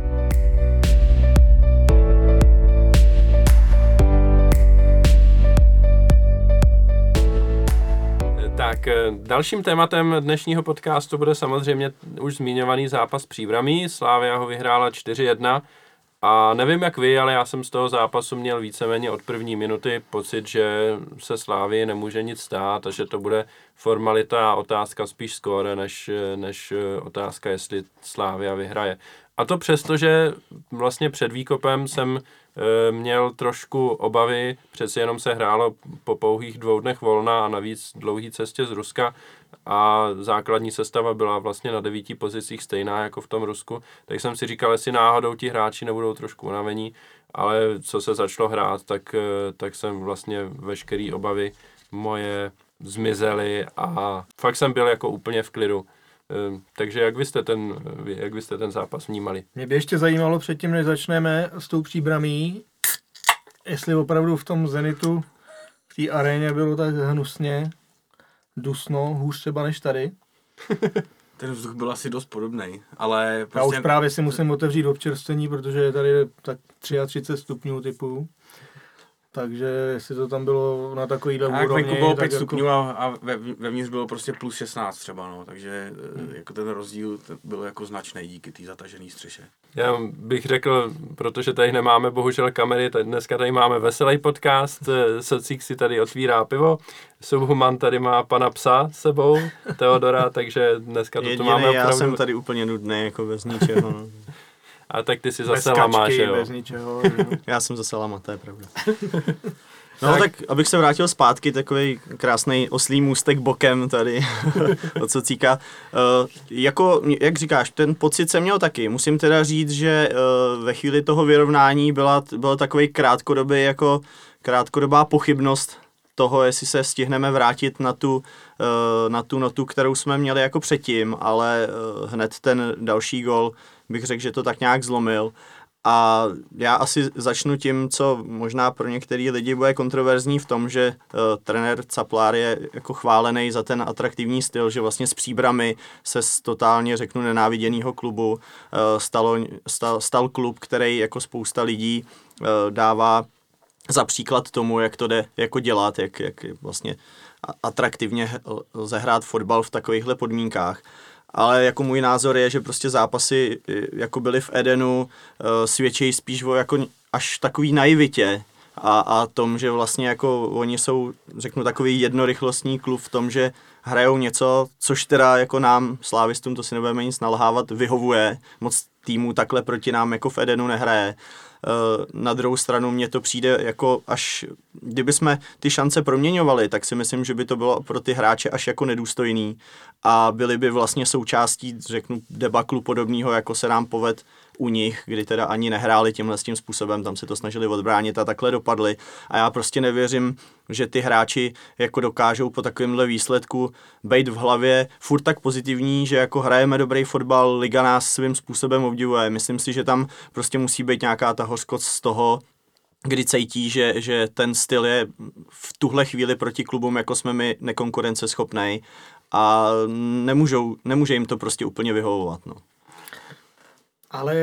Tak dalším tématem dnešního podcastu bude samozřejmě už zmiňovaný zápas Příbramí. Slavia ho vyhrála 4-1. A nevím jak vy, ale já jsem z toho zápasu měl víceméně od první minuty pocit, že se Slavii nemůže nic stát a že to bude formalita a otázka spíš skóre, než otázka, jestli Slavia vyhraje. A to přesto, že vlastně před výkopem jsem měl trošku obavy, přeci jenom se hrálo po pouhých 2 dnech volna a navíc dlouhý cestě z Ruska a základní sestava byla vlastně na 9 pozicích stejná jako v tom Rusku, tak jsem si říkal, jestli náhodou ti hráči nebudou trošku unavení, ale co se začalo hrát, tak jsem vlastně veškerý obavy moje zmizely a fakt jsem byl jako úplně v klidu. Takže jak vy jste ten zápas vnímali? Mě by ještě zajímalo předtím, než začneme s tou Příbramí, jestli opravdu v tom Zenitu, v té aréně bylo tak hnusně, dusno, hůř třeba než tady. Ten vzduch byl asi dost podobný, ale prostě... Já už právě si musím otevřít občerstvení, protože je tady tak 33 stupňů typu. Takže jestli to tam bylo na takovýhle úrovni... Tak bylo 5 stupňů a vevnitř bylo prostě plus 16 třeba, no, takže jako ten rozdíl byl jako značný díky té zatažené střeše. Já bych řekl, protože tady nemáme bohužel kamery, dneska tady máme veselý podcast, Socík si tady otvírá pivo, Subhuman tady má pana psa s sebou, Teodora, takže dneska to máme opravdu... Já jsem tady úplně nudný, jako bez ničeho. A tak ty si zase lama, že jo? Bez ničeho. Já jsem zase lama, to je pravda. No tak abych se vrátil zpátky, takový krásný oslý můstek bokem tady od Socíka. Jako, jak říkáš, ten pocit jsem měl taky. Musím teda říct, že ve chvíli toho vyrovnání byla takový krátkodobá pochybnost toho, jestli se stihneme vrátit na tu notu, kterou jsme měli jako předtím, ale hned ten další gol bych řekl, že to tak nějak zlomil. A já asi začnu tím, co možná pro některý lidi bude kontroverzní v tom, že trenér Caplár je jako chválený za ten atraktivní styl, že vlastně s Příbrami se z totálně, řeknu, nenáviděného klubu stal klub, který jako spousta lidí dává za příklad tomu, jak to jde jako dělat, jak vlastně atraktivně lze hrát fotbal v takovýchhle podmínkách. Ale jako můj názor je, že prostě zápasy jako byly v Edenu svědčí spíš o jako až takový naivitě a tom, že vlastně jako oni jsou, řeknu, takový jednorychlostní klub v tom, že hrajou něco, což teda jako nám, slávistům, to si nebudeme nic nalhávat, vyhovuje. Moc týmů takhle proti nám jako v Edenu nehraje. Na druhou stranu mně to přijde jako až, kdyby jsme ty šance proměňovali, tak si myslím, že by to bylo pro ty hráče až jako nedůstojný a byli by vlastně součástí, řeknu, debaklu podobného, jako se nám poved u nich, kdy teda ani nehráli tímhle s tím způsobem, tam se to snažili odbránit a takhle dopadli. A já prostě nevěřím, že ty hráči jako dokážou po takovémhle výsledku být v hlavě furt tak pozitivní, že jako hrajeme dobrý fotbal, liga nás svým způsobem obdivuje. Myslím si, že tam prostě musí být nějaká ta hořkost z toho, kdy cítí, že ten styl je v tuhle chvíli proti klubům, jako jsme my, nekonkurenceschopnej a nemůže jim to prostě úplně vyhovovat. No. Ale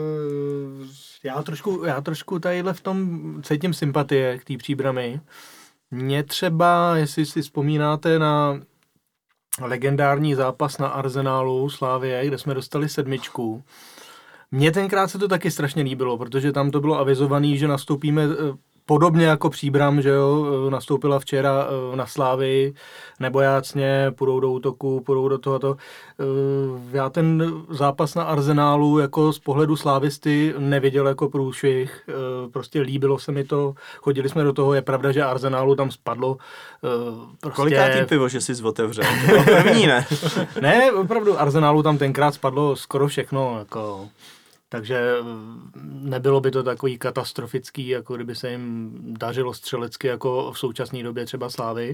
já trošku tadyhle v tom cítím sympatie k té Příbrami. Mně třeba, jestli si vzpomínáte na legendární zápas na Arsenálu Slavie, kde jsme dostali 7. Mně tenkrát se to taky strašně líbilo, protože tam to bylo avizované, že nastoupíme podobně jako Příbram, že jo, nastoupila včera na Slávii, nebojácně, půjdou do útoku, půjdou do tohoto. Já ten zápas na Arsenálu jako z pohledu slávisty neviděl jako průšvih, prostě líbilo se mi to, chodili jsme do toho, je pravda, že Arsenálu tam spadlo. Prostě... Kolikátý pivo, že jsi otevřel? To bylo první, ne? Ne, opravdu, Arsenálu tam tenkrát spadlo skoro všechno, jako... Takže nebylo by to takový katastrofický, jako kdyby se jim dařilo střelecky, jako v současné době třeba Slávy.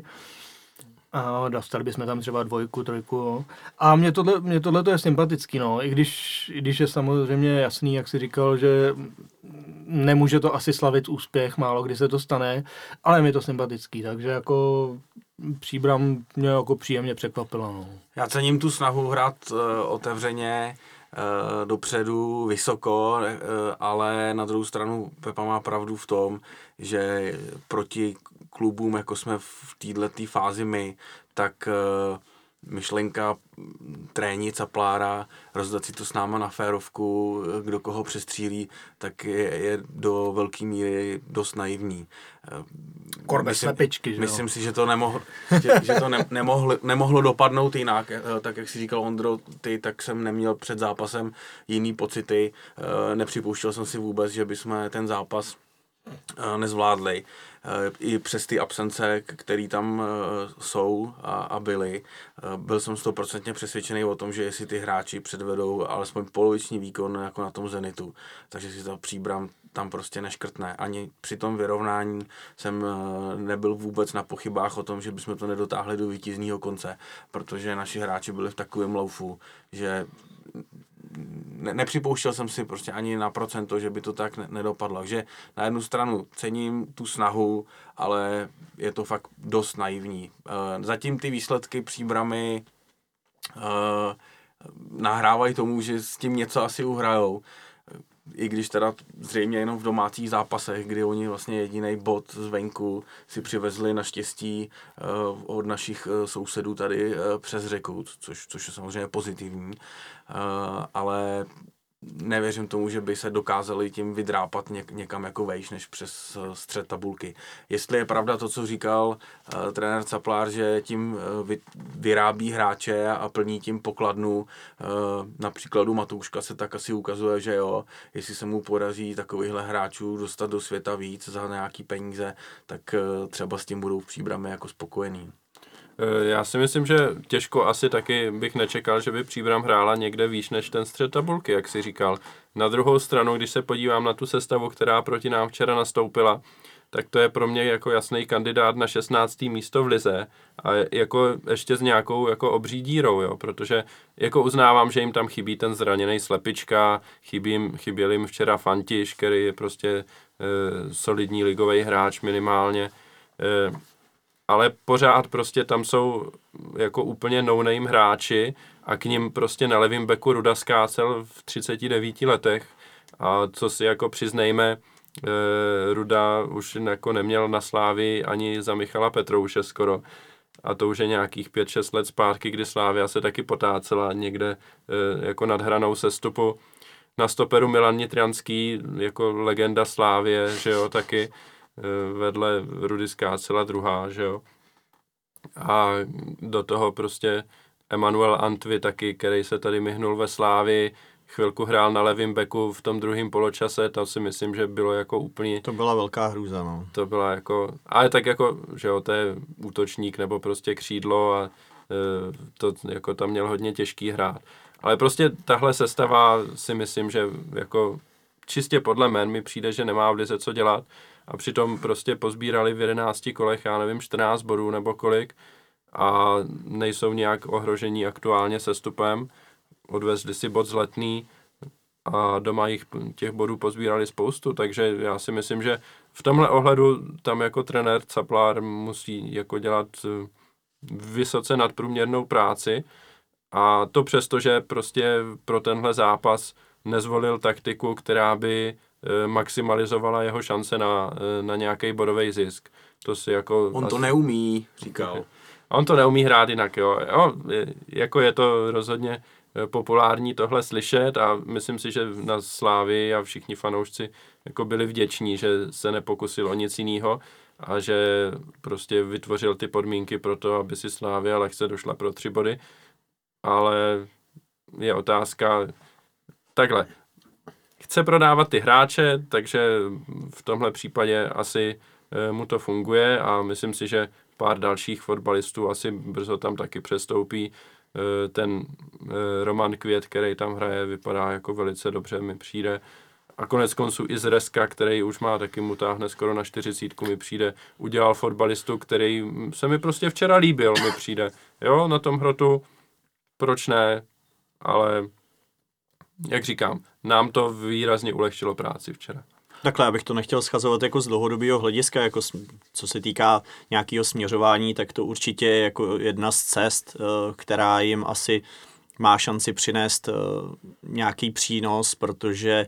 A dostali bychom tam třeba 2, 3. Jo. A mně tohle je sympatický, no. I když je samozřejmě jasný, jak jsi říkal, že nemůže to asi slavit úspěch, málo kdy se to stane, ale je to sympatický, takže jako Příbram mě jako příjemně překvapila, no. Já cením tu snahu hrát otevřeně, dopředu, vysoko, ale na druhou stranu Pepa má pravdu v tom, že proti klubům, jako jsme v této fázi my, tak myšlenka trénit Caplára, rozdat si to s náma na férovku, kdo koho přestřílí, tak je do velké míry dost naivní. Korbe slepičky, že myslím si, že to nemohlo dopadnout jinak. Tak jak si říkal Ondro, tak jsem neměl před zápasem jiný pocity. Nepřipouštěl jsem si vůbec, že bychom ten zápas nezvládli. I přes ty absence, které tam jsou a byly. Byl jsem 100% přesvědčený o tom, že jestli ty hráči předvedou alespoň poloviční výkon jako na tom Zenitu, takže si to Příbram tam prostě neškrtne. Ani při tom vyrovnání jsem nebyl vůbec na pochybách o tom, že bychom to nedotáhli do vítězného konce, protože naši hráči byli v takovém laufu, že nepřipouštěl jsem si prostě ani na procento, že by to tak nedopadlo. Takže na jednu stranu cením tu snahu, ale je to fakt dost naivní. Zatím ty výsledky Příbramy nahrávají tomu, že s tím něco asi uhrajou. I když teda zřejmě jenom v domácích zápasech, kdy oni vlastně jediný bod zvenku si přivezli naštěstí od našich sousedů tady přes řeku, což je samozřejmě pozitivní, ale nevěřím tomu, že by se dokázali tím vydrápat někam jako vejš, než přes střed tabulky. Jestli je pravda to, co říkal trenér Caplár, že tím vyrábí hráče a plní tím pokladnu, na příkladu Matouška se tak asi ukazuje, že jo, jestli se mu podaří takovýchhle hráčů dostat do světa víc za nějaký peníze, tak třeba s tím budou v Příbrami jako spokojení. Já si myslím, že těžko asi taky bych nečekal, že by Příbram hrála někde výš než ten střed tabulky, jak si říkal. Na druhou stranu, když se podívám na tu sestavu, která proti nám včera nastoupila, tak to je pro mě jako jasný kandidát na 16. místo v lize a jako ještě s nějakou jako obří dírou, jo, protože jako uznávám, že jim tam chybí ten zraněný Slepička, chyběl jim včera Fantiš, který je prostě solidní ligový hráč minimálně, ale pořád prostě tam jsou jako úplně no-name hráči a k nim prostě na levým beku Ruda skácel v 39 letech a co si jako přiznejme, Ruda už jako neměl na Slávii ani za Michala Petrouše skoro. A to už je nějakých 5-6 let zpátky, kdy Slavia se taky potácela někde jako nad hranou sestupu. Na stoperu Milan Nitrianský, jako legenda Slávie, že jo, taky vedle Rudy skácela druhá, že jo. A do toho prostě Emanuel Antwi taky, který se tady myhnul ve Slávii, chvilku hrál na levém beku v tom druhém poločase, to si myslím, že bylo jako úplně... To byla velká hrůza, no. To byla jako, ale tak jako, že jo, to je útočník nebo prostě křídlo a to jako tam měl hodně těžký hrát. Ale prostě tahle sestava si myslím, že jako čistě podle men mi přijde, že nemá v lize co dělat a přitom prostě pozbírali v 11 kolech, já nevím, 14 bodů nebo kolik a nejsou nějak ohrožení aktuálně sestupem. Odvezli si bod z Letný a doma jich těch bodů pozbírali spoustu, takže já si myslím, že v tomhle ohledu tam jako trenér Caplár musí jako dělat vysoce nadprůměrnou práci a to přesto, že prostě pro tenhle zápas nezvolil taktiku, která by maximalizovala jeho šance na nějaký bodový zisk. To si jako... On to neumí, říkal. On to neumí hrát jinak, jo. Jako je to rozhodně populární tohle slyšet a myslím si, že na Slávii a všichni fanoušci jako byli vděční, že se nepokusil o nic jiného a že prostě vytvořil ty podmínky pro to, aby si Slavia lehce došla pro 3 body. Ale je otázka takhle. Chce prodávat ty hráče, takže v tomhle případě asi mu to funguje a myslím si, že pár dalších fotbalistů asi brzo tam taky přestoupí. Ten Roman Květ, který tam hraje, vypadá jako velice dobře, mi přijde. A konec konců i Zreska, který už má, taky mu táhne skoro na 40, mi přijde. Udělal fotbalistu, který se mi prostě včera líbil, mi přijde. Jo, na tom hrotu, proč ne, ale jak říkám, nám to výrazně ulehčilo práci včera. Takhle, abych to nechtěl schazovat jako z dlouhodobého hlediska, jako co se týká nějakého směřování, tak to určitě je jako jedna z cest, která jim asi má šanci přinést nějaký přínos, protože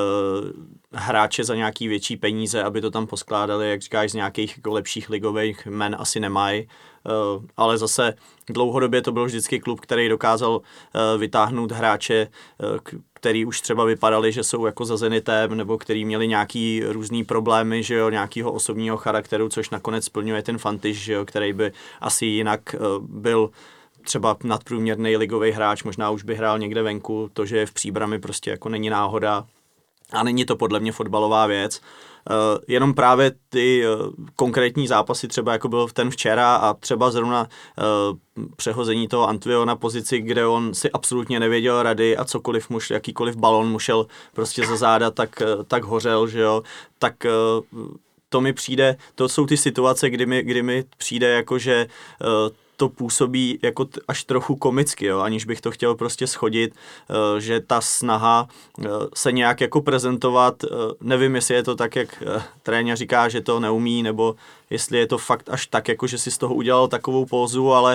hráče za nějaký větší peníze, aby to tam poskládali, jak říkáš, z nějakých jako lepších ligových men asi nemají, ale zase dlouhodobě to byl vždycky klub, který dokázal vytáhnout hráče, který už třeba vypadali, že jsou jako za Zenitem, nebo který měli nějaký různý problémy, že jo, nějakého osobního charakteru, což nakonec splňuje ten Fantiš, že jo, který by asi jinak byl třeba nadprůměrný ligový hráč, možná už by hrál někde venku, to, že je v Příbrami, prostě jako není náhoda a není to podle mě fotbalová věc. Jenom právě ty konkrétní zápasy, třeba jako byl ten včera a třeba zrovna přehození toho Antwiho na pozici, kde on si absolutně nevěděl rady a cokoliv jakýkoliv balon mu šel prostě za záda, tak hořel, že jo, tak to mi přijde, to jsou ty situace, kdy mi přijde jako, že to působí jako až trochu komicky, jo, aniž bych to chtěl prostě schodit, že ta snaha se nějak jako prezentovat, nevím, jestli je to tak, jak trenér říká, že to neumí, nebo jestli je to fakt až tak, jako že si z toho udělal takovou pózu, ale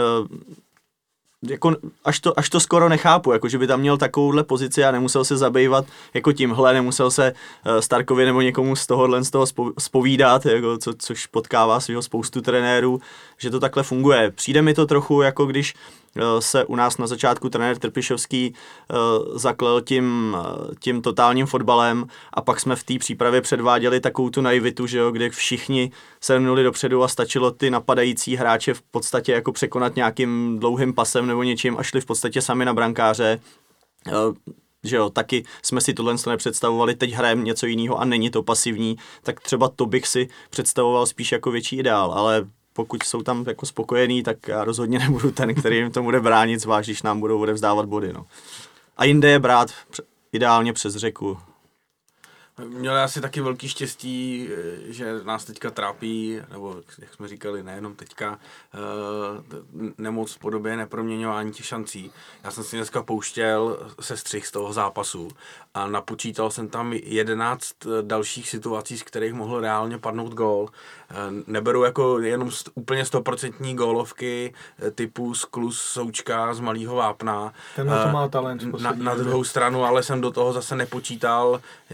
jako až to skoro nechápu, jako že by tam měl takovouhle pozici a nemusel se zabývat jako tímhle, nemusel se Starkovi nebo někomu z toho zpovídat, jako což potkává svého spoustu trenérů, že to takhle funguje. Přijde mi to trochu jako když se u nás na začátku trenér Trpišovský zaklel tím totálním fotbalem a pak jsme v té přípravě předváděli takovou tu naivitu, že jo, kde všichni se rnuli dopředu a stačilo ty napadající hráče v podstatě jako překonat nějakým dlouhým pasem nebo něčím a šli v podstatě sami na brankáře. Že jo, taky jsme si tohle nepředstavovali, teď hrajeme něco jiného a není to pasivní, tak třeba to bych si představoval spíš jako větší ideál, ale pokud jsou tam jako spokojení, tak já rozhodně nebudu ten, který jim to bude bránit, zvlášť když nám budou odevzdávat body. No. A jinde je brát ideálně přes řeku. Měli asi taky velký štěstí, že nás teďka trápí, nebo jak jsme říkali, nejenom teďka, nemoc v podobě neproměňování těch šancí. Já jsem si dneska pouštěl sestřih z toho zápasu a napočítal jsem tam 11 dalších situací, z kterých mohl reálně padnout gól. Neberu jako jenom úplně 100% gólovky typu skluz Součka z Malýho Vápna. Ten to má talent. Na druhou stranu, ale jsem do toho zase nepočítal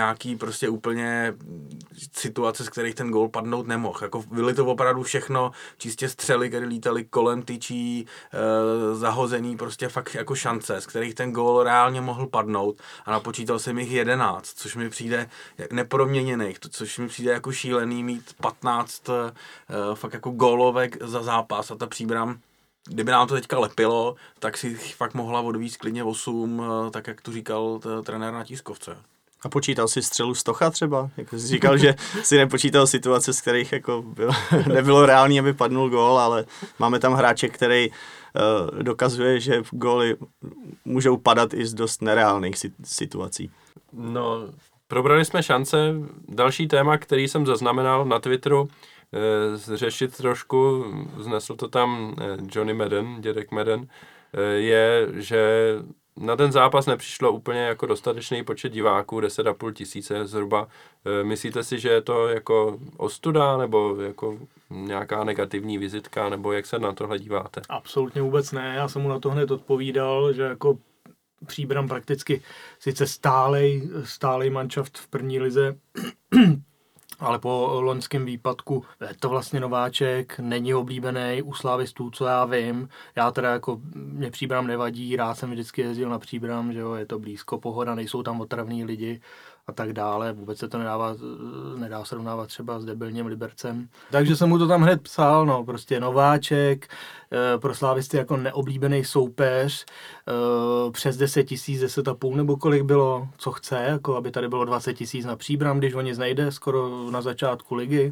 nějaký prostě úplně situace, z kterých ten gól padnout nemohl. Jako byly to opravdu všechno čistě střely, které lítaly kolem tyčí, zahozený prostě fakt jako šance, z kterých ten gól reálně mohl padnout a napočítal jsem jich 11, což mi přijde neproměněných, což mi přijde jako šílený mít 15 fakt jako gólovek za zápas a ta Příbram, kdyby nám to teďka lepilo, tak si fakt mohla odvízt klidně 8, tak jak to říkal trenér na tiskovce. A počítal si střelu Stocha třeba? Jako jsi říkal, že si nepočítal situace, z kterých jako nebylo reálný, aby padnul gól, ale máme tam hráče, který dokazuje, že góly můžou padat i z dost nereálných situací. No, probrali jsme šance. Další téma, který jsem zaznamenal na Twitteru, řešit trošku, znesl to tam Johnny Madden, dědek Madden, je, že na ten zápas nepřišlo úplně jako dostatečný počet diváků, 10,5 tisíce zhruba. Myslíte si, že je to jako ostuda, nebo jako nějaká negativní vizitka, nebo jak se na tohle díváte? Absolutně vůbec ne, já jsem mu na to hned odpovídal, že jako Příbram prakticky sice stálej manšaft v první lize, ale po loňském výpadku je to vlastně nováček, není oblíbený u slávistů, co já vím. Já teda jako, mě Příbram nevadí, rád jsem vždycky jezdil na Příbram, že jo, je to blízko, pohoda, nejsou tam otravní lidi a tak dále. Vůbec se to nedá srovnávat třeba s debilním Libercem. Takže jsem mu to tam hned psal, no, prostě nováček, pro slávisty jako neoblíbený soupeř, přes 10 tisíc, 10,5 nebo kolik bylo, co chce, jako aby tady bylo 20 tisíc na Příbram, když o nic nejde, skoro na začátku ligy.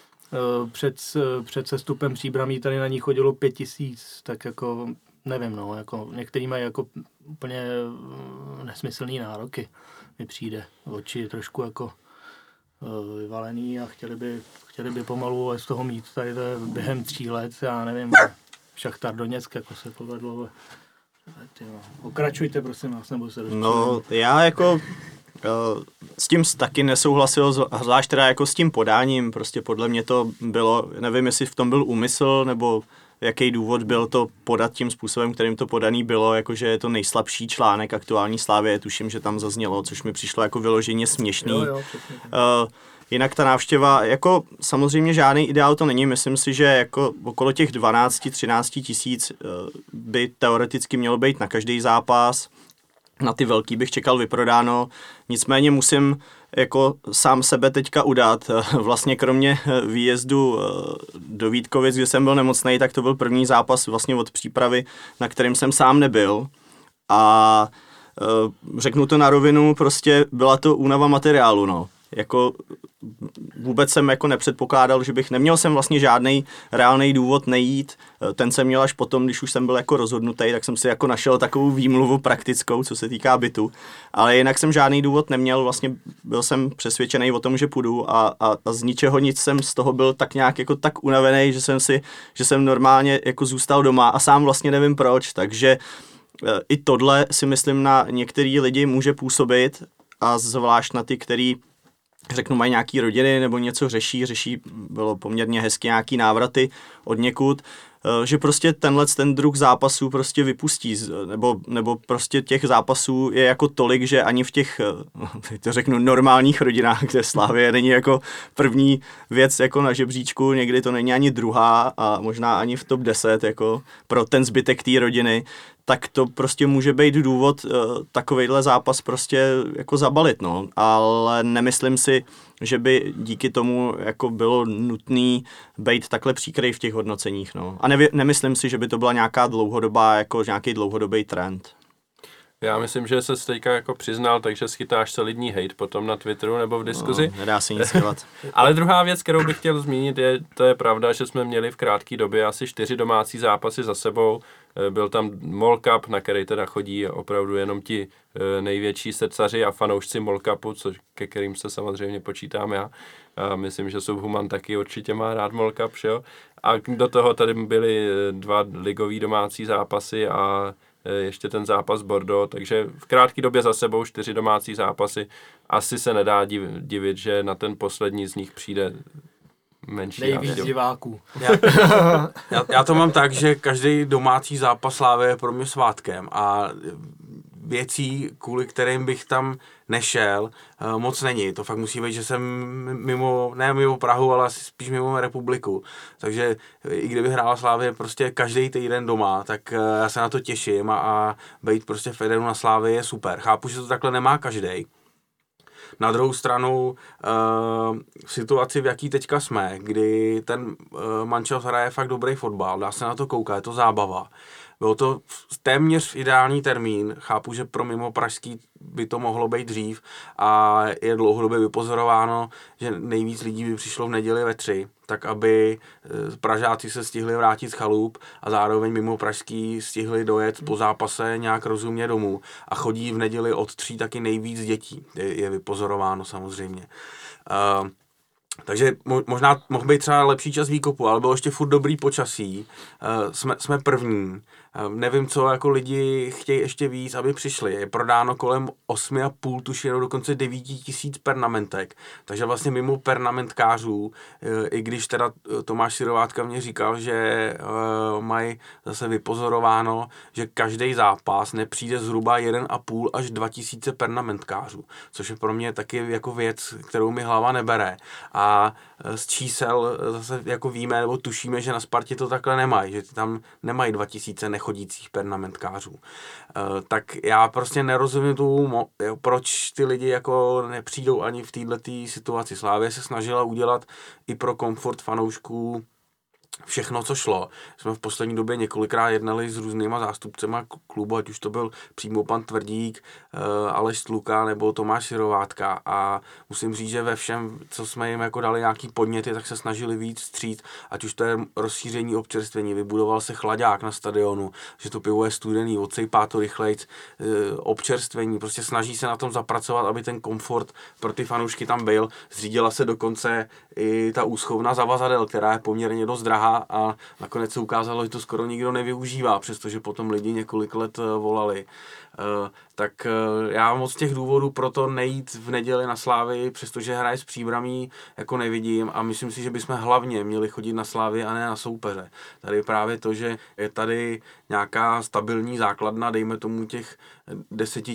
Před sestupem Příbramí tady na ní chodilo 5 tisíc, tak jako nevím, no, jako některý mají jako úplně nesmyslný nároky, mi přijde. Oči trošku jako vyvalený a chtěli by pomalu z toho mít tady během 3 let, já nevím, Šachtar Doněck, jako se povedlo. Pokračujte, prosím vás, nebo se dostanu. No, já jako s tím taky nesouhlasil, zvlášť teda jako s tím podáním, prostě podle mě to bylo, nevím, jestli v tom byl úmysl, nebo jaký důvod byl to podat tím způsobem, kterým to podaný bylo, jakože je to nejslabší článek aktuální Slávie, tuším, že tam zaznělo, což mi přišlo jako vyloženě směšný. Jo, přesně. Jinak ta návštěva, jako samozřejmě žádný ideál to není, myslím si, že jako okolo těch 12-13 tisíc by teoreticky mělo být na každý zápas. Na ty velký bych čekal vyprodáno, nicméně musím jako sám sebe teďka udat. Vlastně kromě výjezdu do Vítkovic, kde jsem byl nemocnej, tak to byl první zápas vlastně od přípravy, na kterém jsem sám nebyl. A řeknu to na rovinu, prostě byla to únava materiálu, no. Jako vůbec jsem jako nepředpokládal, že bych neměl jsem vlastně žádný reálný důvod nejít. Ten jsem měl až potom, když už jsem byl jako rozhodnutý, tak jsem si jako našel takovou výmluvu praktickou, co se týká bytu. Ale jinak jsem žádný důvod neměl, vlastně byl jsem přesvědčený o tom, že půjdu a z ničeho nic jsem z toho byl tak nějak jako tak unavený, že jsem normálně jako zůstal doma a sám vlastně nevím proč, takže i tohle si myslím na některý lidi může působit a zvlášť na ty, který řeknu, mají nějaký rodiny nebo něco řeší, bylo poměrně hezky nějaký návraty od někud, že prostě ten druh zápasů prostě vypustí, nebo prostě těch zápasů je jako tolik, že ani v těch, to řeknu, normálních rodinách, kde Slavie není jako první věc jako na žebříčku, někdy to není ani druhá a možná ani v top 10 jako pro ten zbytek té rodiny, tak to prostě může být důvod takovejhle zápas prostě jako zabalit, no. Ale nemyslím si, že by díky tomu jako bylo nutný být takhle příkrej v těch hodnoceních, no. A nemyslím si, že by to byla nějaká dlouhodobá, jako nějaký dlouhodobý trend. Já myslím, že se teďka jako přiznal, takže schytáš solidní hate potom na Twitteru nebo v diskuzi. No, nedá se nic dělat. Ale druhá věc, kterou bych chtěl zmínit, to je pravda, že jsme měli v krátké době asi 4 domácí zápasy za sebou. Byl tam Mall Cup, na který teda chodí opravdu jenom ti největší srdcaři a fanoušci Mall Cupu, ke kterým se samozřejmě počítám já. A myslím, že Subhuman taky určitě má rád Mall Cup, že jo? A do toho tady byly 2 ligový domácí zápasy a ještě ten zápas Bordeaux, takže v krátké době za sebou 4 domácí zápasy. Asi se nedá divit, že na ten poslední z nich přijde menší nejvíc diváků. Já to mám tak, že každý domácí zápas Slávy je pro mě svátkem a věcí, kvůli kterým bych tam nešel, moc není. To fakt musí být, že jsem ne mimo Prahu, ale asi spíš mimo republiku. Takže i kdyby hrála Slavie prostě každý týden doma, tak já se na to těším a být prostě v Edenu na Slavii je super. Chápu, že to takhle nemá každý. Na druhou stranu v situaci, v jaký teďka jsme, kdy ten mančov hraje fakt dobrý fotbal, dá se na to koukat, je to zábava. Bylo to téměř ideální termín, chápu, že pro mimo pražský by to mohlo být dřív a je dlouhodobě vypozorováno, že nejvíc lidí by přišlo v neděli ve 3, tak aby Pražáci se stihli vrátit z chalup a zároveň mimo pražský stihli dojet po zápase nějak rozumně domů a chodí v neděli od 3 taky nejvíc dětí, je vypozorováno samozřejmě. Takže možná mohl být třeba lepší čas výkopu, ale bylo ještě furt dobrý počasí. Jsme první. Nevím, co jako lidi chtějí ještě víc, aby přišli. Je prodáno kolem 8,5, tuším, dokonce 9 000 pernamentek. Takže vlastně mimo pernamentkářů, i když teda Tomáš Sirovátka mě říkal, že mají zase vypozorováno, že každý zápas nepřijde zhruba 1,5 až 2 000 pernamentkářů. Což je pro mě taky jako věc, kterou mi hlava nebere. A z čísel zase jako víme nebo tušíme, že na Spartě to takhle nemají, že tam nemají 2 000 nechodících pernamentkářů. Tak já prostě nerozumím tomu, proč ty lidi jako nepřijdou ani v této situaci. Slavie se snažila udělat i pro komfort fanoušků všechno, co šlo. Jsme v poslední době několikrát jednali s různýma zástupcema klubu, ať už to byl přímo pan Tvrdík, Aleš Sluka nebo Tomáš Sirovátka a musím říct, že ve všem, co jsme jim jako dali nějaký podněty, tak se snažili víc vstříc, ať už to je rozšíření občerstvení, vybudoval se chlaďák na stadionu, že to pivo je studený, odsejpá to rychlejc, občerstvení, prostě snaží se na tom zapracovat, aby ten komfort pro ty fanoušky tam byl. Zřídila se dokonce i ta úschovna zavazadel, která je poměrně dost drahá a nakonec se ukázalo, že to skoro nikdo nevyužívá, přestože potom lidi několik let volali. Tak já moc těch důvodů pro to nejít v neděli na Slávii, přestože hraje s Příbramí, jako nevidím a myslím si, že bychom hlavně měli chodit na Slávii a ne na soupeře. Tady právě to, že je tady nějaká stabilní základna, dejme tomu těch 10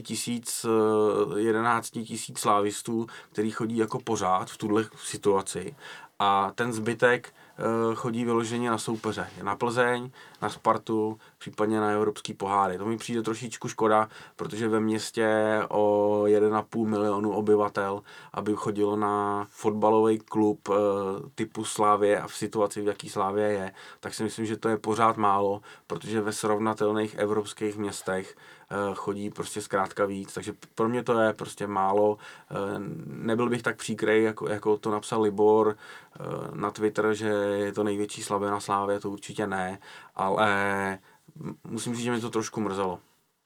000, 11 000 slávistů, který chodí jako pořád v tuhle situaci a ten zbytek chodí vyloženě na soupeře. Na Plzeň, na Spartu, případně na evropský poháry. To mi přijde trošičku škoda, protože ve městě o 1,5 milionu obyvatel, aby chodilo na fotbalový klub typu Slavie a v situaci, v jaký Slavie je, tak si myslím, že to je pořád málo, protože ve srovnatelných evropských městech chodí prostě zkrátka víc, takže pro mě to je prostě málo. Nebyl bych tak příkrej, jako to napsal Libor na Twitter, že je to největší slabé na Slávě, to určitě ne, ale musím říct, že mě to trošku mrzelo.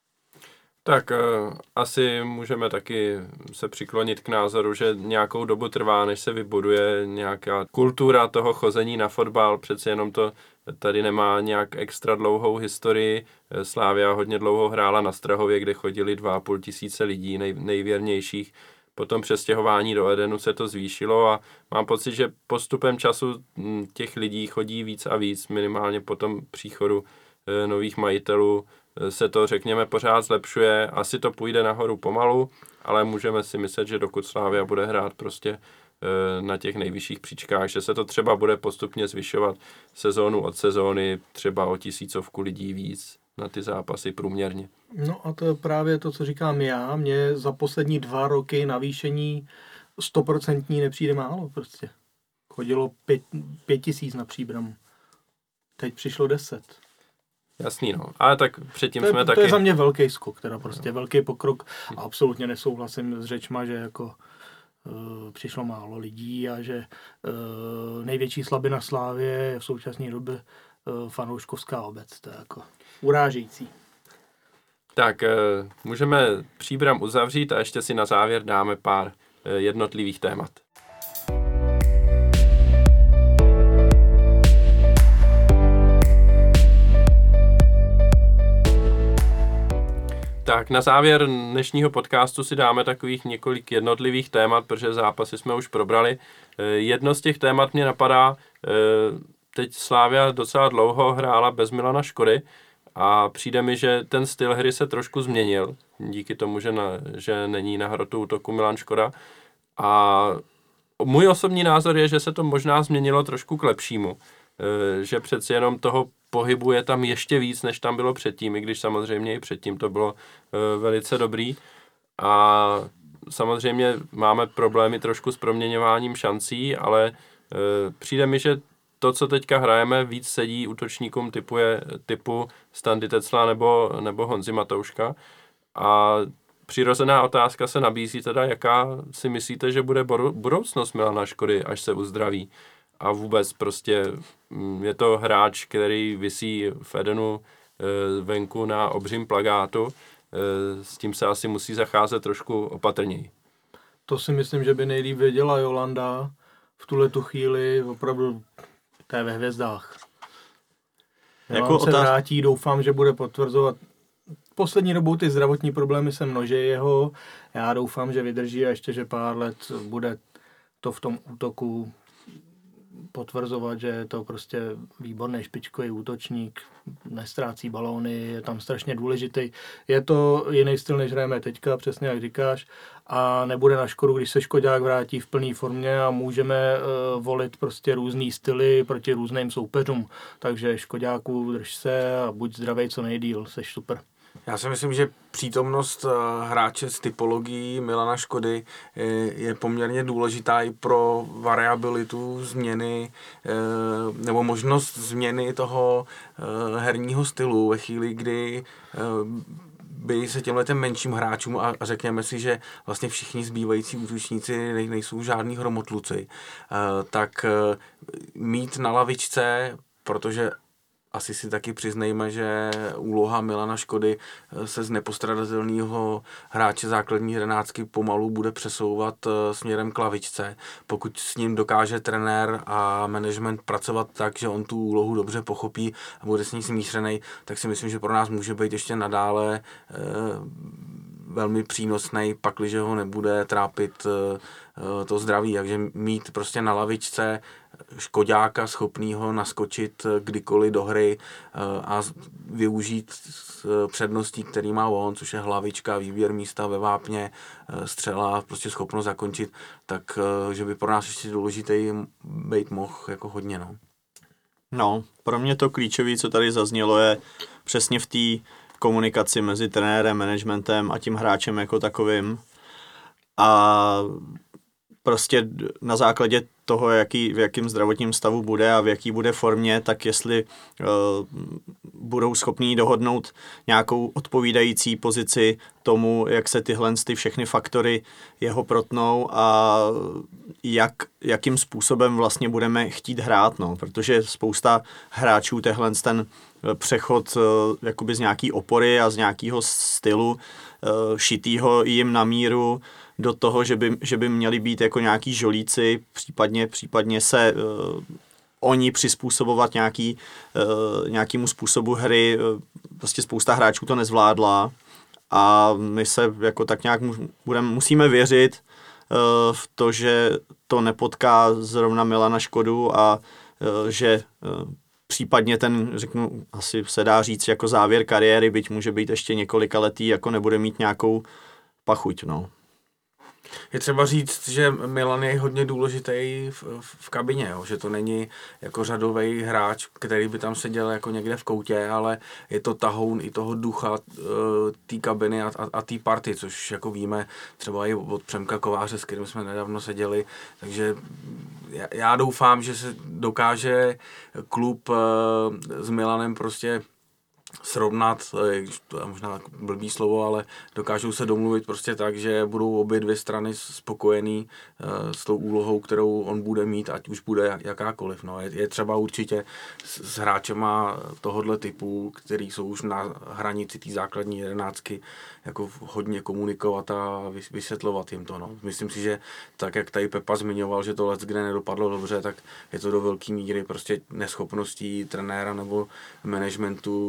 Tak asi můžeme taky se přiklonit k názoru, že nějakou dobu trvá, než se vybuduje nějaká kultura toho chození na fotbal, přece jenom to tady nemá nějak extra dlouhou historii. Slavia hodně dlouho hrála na Strahově, kde chodili 2,5 tisíce lidí, nejvěrnějších. Po tom přestěhování do Edenu se to zvýšilo a mám pocit, že postupem času těch lidí chodí víc a víc, minimálně po tom příchodu nových majitelů se to, řekněme, pořád zlepšuje. Asi to půjde nahoru pomalu, ale můžeme si myslet, že dokud Slavia bude hrát prostě na těch nejvyšších příčkách, že se to třeba bude postupně zvyšovat sezónu od sezóny, třeba o 1000 lidí víc na ty zápasy průměrně. No a to je právě to, co říkám já. Mně za poslední 2 roky navýšení 100% nepřijde málo prostě. Chodilo 5 000 na Příbram. Teď přišlo 10. Jasný, no. Ale tak předtím jsme taky... To je za mě velký skok, teda prostě velký pokrok a absolutně nesouhlasím s řečma, že jako přišlo málo lidí a že největší slabina Slávie je v současné době fanouškovská obec. To je jako urážející. Tak můžeme Příbram uzavřít a ještě si na závěr dáme pár jednotlivých témat. Tak na závěr dnešního podcastu si dáme takových několik jednotlivých témat, protože zápasy jsme už probrali. Jedno z těch témat mě napadá, teď Slavia docela dlouho hrála bez Milana Škody A přijde mi, že ten styl hry se trošku změnil, díky tomu, že není na hrotu útoku Milan Škoda. A můj osobní názor je, že se to možná změnilo trošku k lepšímu. Že přeci jenom toho pohybu je tam ještě víc, než tam bylo předtím, i když samozřejmě i předtím to bylo velice dobrý. A samozřejmě máme problémy trošku s proměňováním šancí, ale přijde mi, že to, co teďka hrajeme, víc sedí útočníkům typu Standy Tecla nebo Honzy Matouška. A přirozená otázka se nabízí teda, jaká si myslíte, že bude budoucnost Milana Škody, až se uzdraví. A vůbec prostě je to hráč, který visí v Edenu venku na obřím plakátu. S tím se asi musí zacházet trošku opatrněji. To si myslím, že by nejlíp věděla Jolanda. V tuhletu chvíli opravdu to je ve hvězdách. Jako se vrátí, doufám, že bude potvrzovat. Poslední dobou ty zdravotní problémy se množí jeho. Já doufám, že vydrží a ještě, že pár let bude to v tom útoku potvrzovat, že je to prostě výborný špičkový útočník, nestrácí balóny, je tam strašně důležitý. Je to jiný styl, než hrajeme teďka, přesně jak říkáš, a nebude na škodu, když se Škodák vrátí v plné formě a můžeme volit prostě různý styly proti různým soupeřům. Takže Škodáku, drž se a buď zdravej co nejdýl, seš super. Já si myslím, že přítomnost hráče s typologií Milana Škody je poměrně důležitá i pro variabilitu změny nebo možnost změny toho herního stylu ve chvíli, kdy by se těmhletem menším hráčům a řekněme si, že vlastně všichni zbývající útočníci nejsou žádný hromotluci, tak mít na lavičce, protože asi si taky přiznejme, že úloha Milana Škody se z nepostradatelného hráče základní jedenáctky pomalu bude přesouvat směrem k lavičce. Pokud s ním dokáže trenér a management pracovat tak, že on tu úlohu dobře pochopí a bude s ní smířený, tak si myslím, že pro nás může být ještě nadále velmi přínosný, pakliže ho nebude trápit to zdraví. Takže mít prostě na lavičce Škodáka schopnýho naskočit kdykoliv do hry a využít předností, který má on, což je hlavička, výběr místa ve vápně, střela, prostě schopnost zakončit, tak že by pro nás ještě důležitý být mohl jako hodně. No, pro mě to klíčové, co tady zaznělo, je přesně v té komunikaci mezi trenérem, managementem a tím hráčem jako takovým. A prostě na základě toho, v jakém zdravotním stavu bude a v jaký bude formě, tak jestli budou schopní dohodnout nějakou odpovídající pozici tomu, jak se tyhle všechny faktory jeho protnou a jakým způsobem vlastně budeme chtít hrát, no, protože spousta hráčů ten přechod jakoby z nějaký opory a z nějakého stylu šitýho jim na míru do toho, že by měli být jako nějaký žolíci, případně se oni přizpůsobovat nějakému způsobu hry. Prostě spousta hráčů to nezvládla a my se jako tak nějak musíme věřit v to, že to nepotká zrovna Milana Škodu a že případně řeknu, asi se dá říct jako závěr kariéry, byť může být ještě několika letý, jako nebude mít nějakou pachuť, no. Je třeba říct, že Milan je hodně důležitý v kabině, jo? Že to není jako řadový hráč, který by tam seděl jako někde v koutě, ale je to tahoun i toho ducha té kabiny a té party, což jako víme třeba i od Přemka Kováře, s kterým jsme nedávno seděli, takže já doufám, že se dokáže klub s Milanem prostě srovnat, to je možná blbý slovo, ale dokážou se domluvit prostě tak, že budou obě dvě strany spokojený s tou úlohou, kterou on bude mít, ať už bude jakákoliv. No. Je třeba určitě s hráčema tohohle typu, který jsou už na hranici té základní jedenáctky, jako hodně komunikovat a vysvětlovat jim to. No. Myslím si, že tak, jak tady Pepa zmiňoval, že to leckde nedopadlo dobře, tak je to do velké míry prostě neschopností trenéra nebo managementu to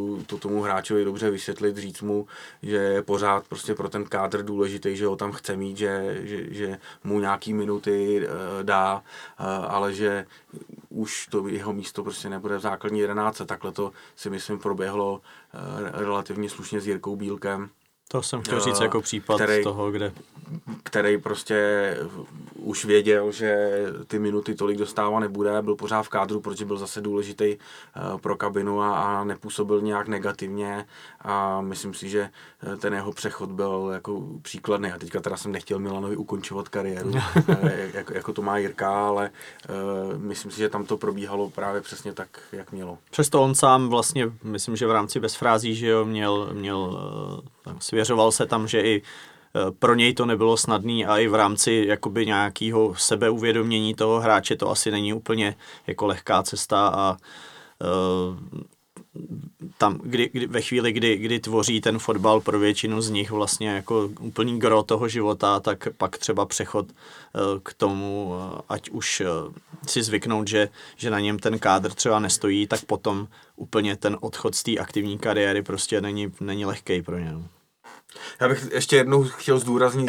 tomu hráčovi dobře vysvětlit, říct mu, že je pořád prostě pro ten kádr důležitý, že ho tam chce mít, že mu nějaký minuty dá, ale že už to jeho místo prostě nebude v základní 11. Takhle to si myslím proběhlo relativně slušně s Jirkou Bílkem. To jsem chtěl říct jako případ toho, který prostě už věděl, že ty minuty tolik dostávat nebude, byl pořád v kádru, protože byl zase důležitý pro kabinu a nepůsobil nějak negativně a myslím si, že ten jeho přechod byl jako příkladný. A teďka teda jsem nechtěl Milanovi ukončovat kariéru, jako to má Jirka, ale myslím si, že tam to probíhalo právě přesně tak, jak mělo. Přesto on sám vlastně, myslím, že v rámci Bez frází, že jo, svěřoval se tam, že i pro něj to nebylo snadný a i v rámci jakoby nějakého sebeuvědomění toho hráče to asi není úplně jako lehká cesta a tam, ve chvíli, kdy tvoří ten fotbal pro většinu z nich vlastně jako úplný gro toho života, tak pak třeba přechod k tomu, ať už si zvyknout, že na něm ten kádr třeba nestojí, tak potom úplně ten odchod z té aktivní kariéry prostě není lehkej pro ně. Já bych ještě jednou chtěl zdůraznit,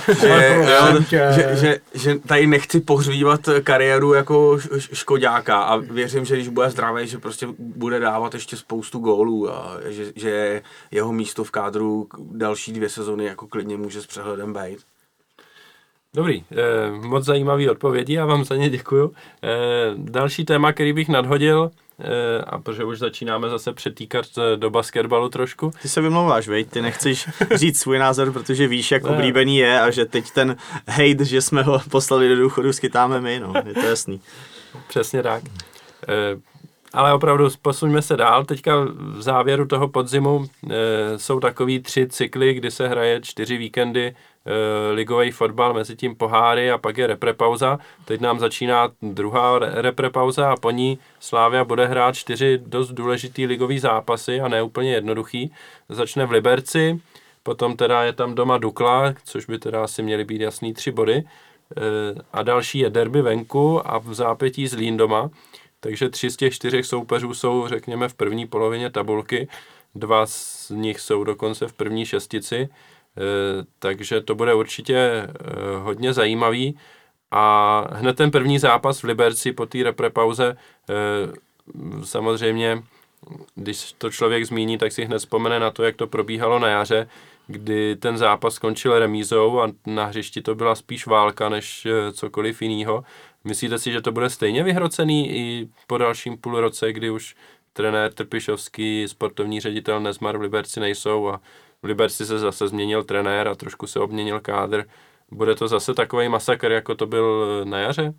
že tady nechci pohřbívat kariéru jako Škoďáka a věřím, že když bude zdravý, že prostě bude dávat ještě spoustu gólů a že jeho místo v kádru další 2 sezony jako klidně může s přehledem být. Dobrý, moc zajímavý odpovědi, já vám za ně děkuju. Další téma, který bych nadhodil, a protože už začínáme zase přetýkat do basketbalu trošku. Ty se vymlouváš, veď? Ty nechceš říct svůj názor, protože víš, jak oblíbený je a že teď ten hejt, že jsme ho poslali do důchodu, skytáme my, no, je to jasný. Přesně tak. Ale opravdu posuňme se dál. Teďka v závěru toho podzimu jsou takový 3 cykly, kdy se hraje 4 víkendy ligový fotbal, mezi tím poháry a pak je reprepauza. Teď nám začíná druhá reprepauza a po ní Slavia bude hrát 4 dost důležitý ligový zápasy a ne úplně jednoduchý. Začne v Liberci, potom teda je tam doma Dukla, což by teda asi měly být jasný 3 body. A další je derby venku a v zápětí Zlín doma. Takže 3 z těch 4 soupeřů jsou, řekněme, v první polovině tabulky. 2 z nich jsou dokonce v první šestici. Takže to bude určitě hodně zajímavý. A hned ten první zápas v Liberci po té reprepauze, samozřejmě, když to člověk zmíní, tak si hned vzpomene na to, jak to probíhalo na jaře, kdy ten zápas skončil remízou a na hřišti to byla spíš válka než cokoliv jiného. Myslíte si, že to bude stejně vyhrocený i po dalším půlroce, kdy už trenér Trpišovský, sportovní ředitel Nezmar v Liberci nejsou a v Liberci se zase změnil trenér a trošku se obměnil kádr. Bude to zase takový masakr, jako to byl na jaře?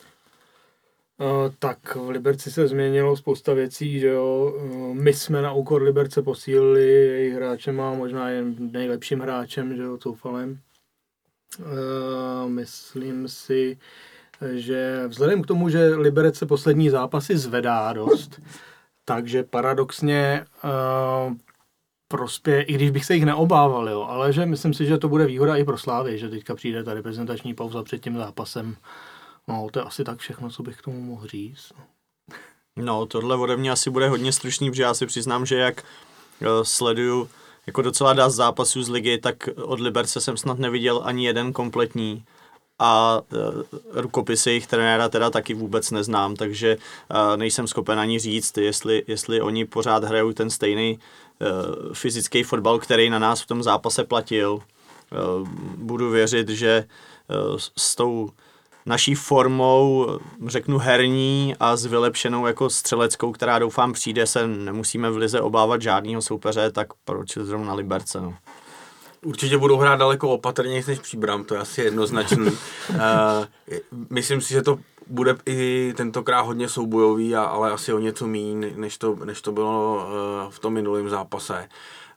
Tak v Liberci se změnilo spousta věcí, že jo. My jsme na úkor Liberce posílili jejich hráčem a možná jen nejlepším hráčem, že jo, Coufalem. Myslím si, že vzhledem k tomu, že Liberec se poslední zápasy zvedá dost, takže paradoxně prospěje, i když bych se jich neobával, jo, ale že myslím si, že to bude výhoda i pro Slávy, že teďka přijde ta reprezentační pauza před tím zápasem. No, to je asi tak všechno, co bych k tomu mohl říct. No, tohle ode mě asi bude hodně stručný, protože já si přiznám, že jak sleduju jako docela dost zápasů z ligy, tak od Liberce jsem snad neviděl ani jeden kompletní a rukopisy jejich trenéra teda taky vůbec neznám, takže nejsem schopen ani říct, jestli oni pořád hrajou ten stejný fyzický fotbal, který na nás v tom zápase platil. Budu věřit, že s tou naší formou, řeknu herní a s vylepšenou jako střeleckou, která doufám přijde, se nemusíme v lize obávat žádného soupeře, tak proč zrovna Liberce, no. Určitě budou hrát daleko opatrněji než Příbram, to je asi jednoznačný. Myslím si, že to bude i tentokrát hodně soubojový, ale asi o něco míň, než to bylo v tom minulém zápase.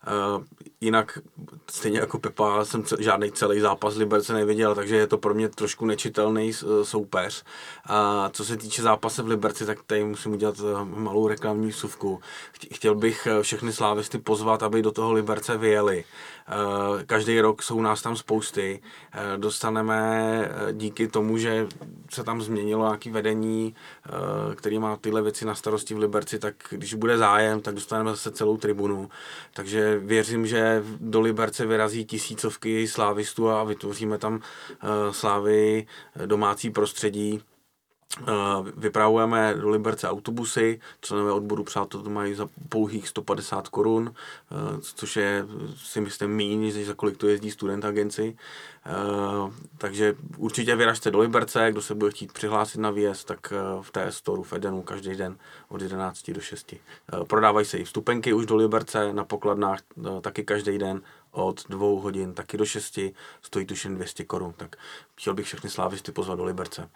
Jinak stejně jako Pepa jsem žádný celý zápas Liberce neviděl, takže je to pro mě trošku nečitelný soupeř. A co se týče zápase v Liberci, tak tady musím udělat malou reklamní vsuvku. Chtěl bych všechny slávisty pozvat, aby do toho Liberce vyjeli. Každý rok jsou nás tam spousty. Dostaneme díky tomu, že se tam změnilo nějaké vedení, který má tyhle věci na starosti v Liberci, tak když bude zájem, tak dostaneme zase celou tribunu. Takže věřím, že do Liberce vyrazí tisícovky slávistů a vytvoříme tam slávy domácí prostředí. Vypravujeme do Liberce autobusy, členové odboru přátel to mají za pouhých 150 korun, což je, si myslím, míň, než za kolik to jezdí Student Agency. Takže určitě vyražte do Liberce, kdo se bude chtít přihlásit na výjezd, tak v TS Storu v Edenu každý den od 11 do 6. Prodávají se i vstupenky už do Liberce na pokladnách taky každý den od 2 hodin taky do 6, stojí tuším 200 korun, tak chtěl bych všechny slávisty pozvat do Liberce.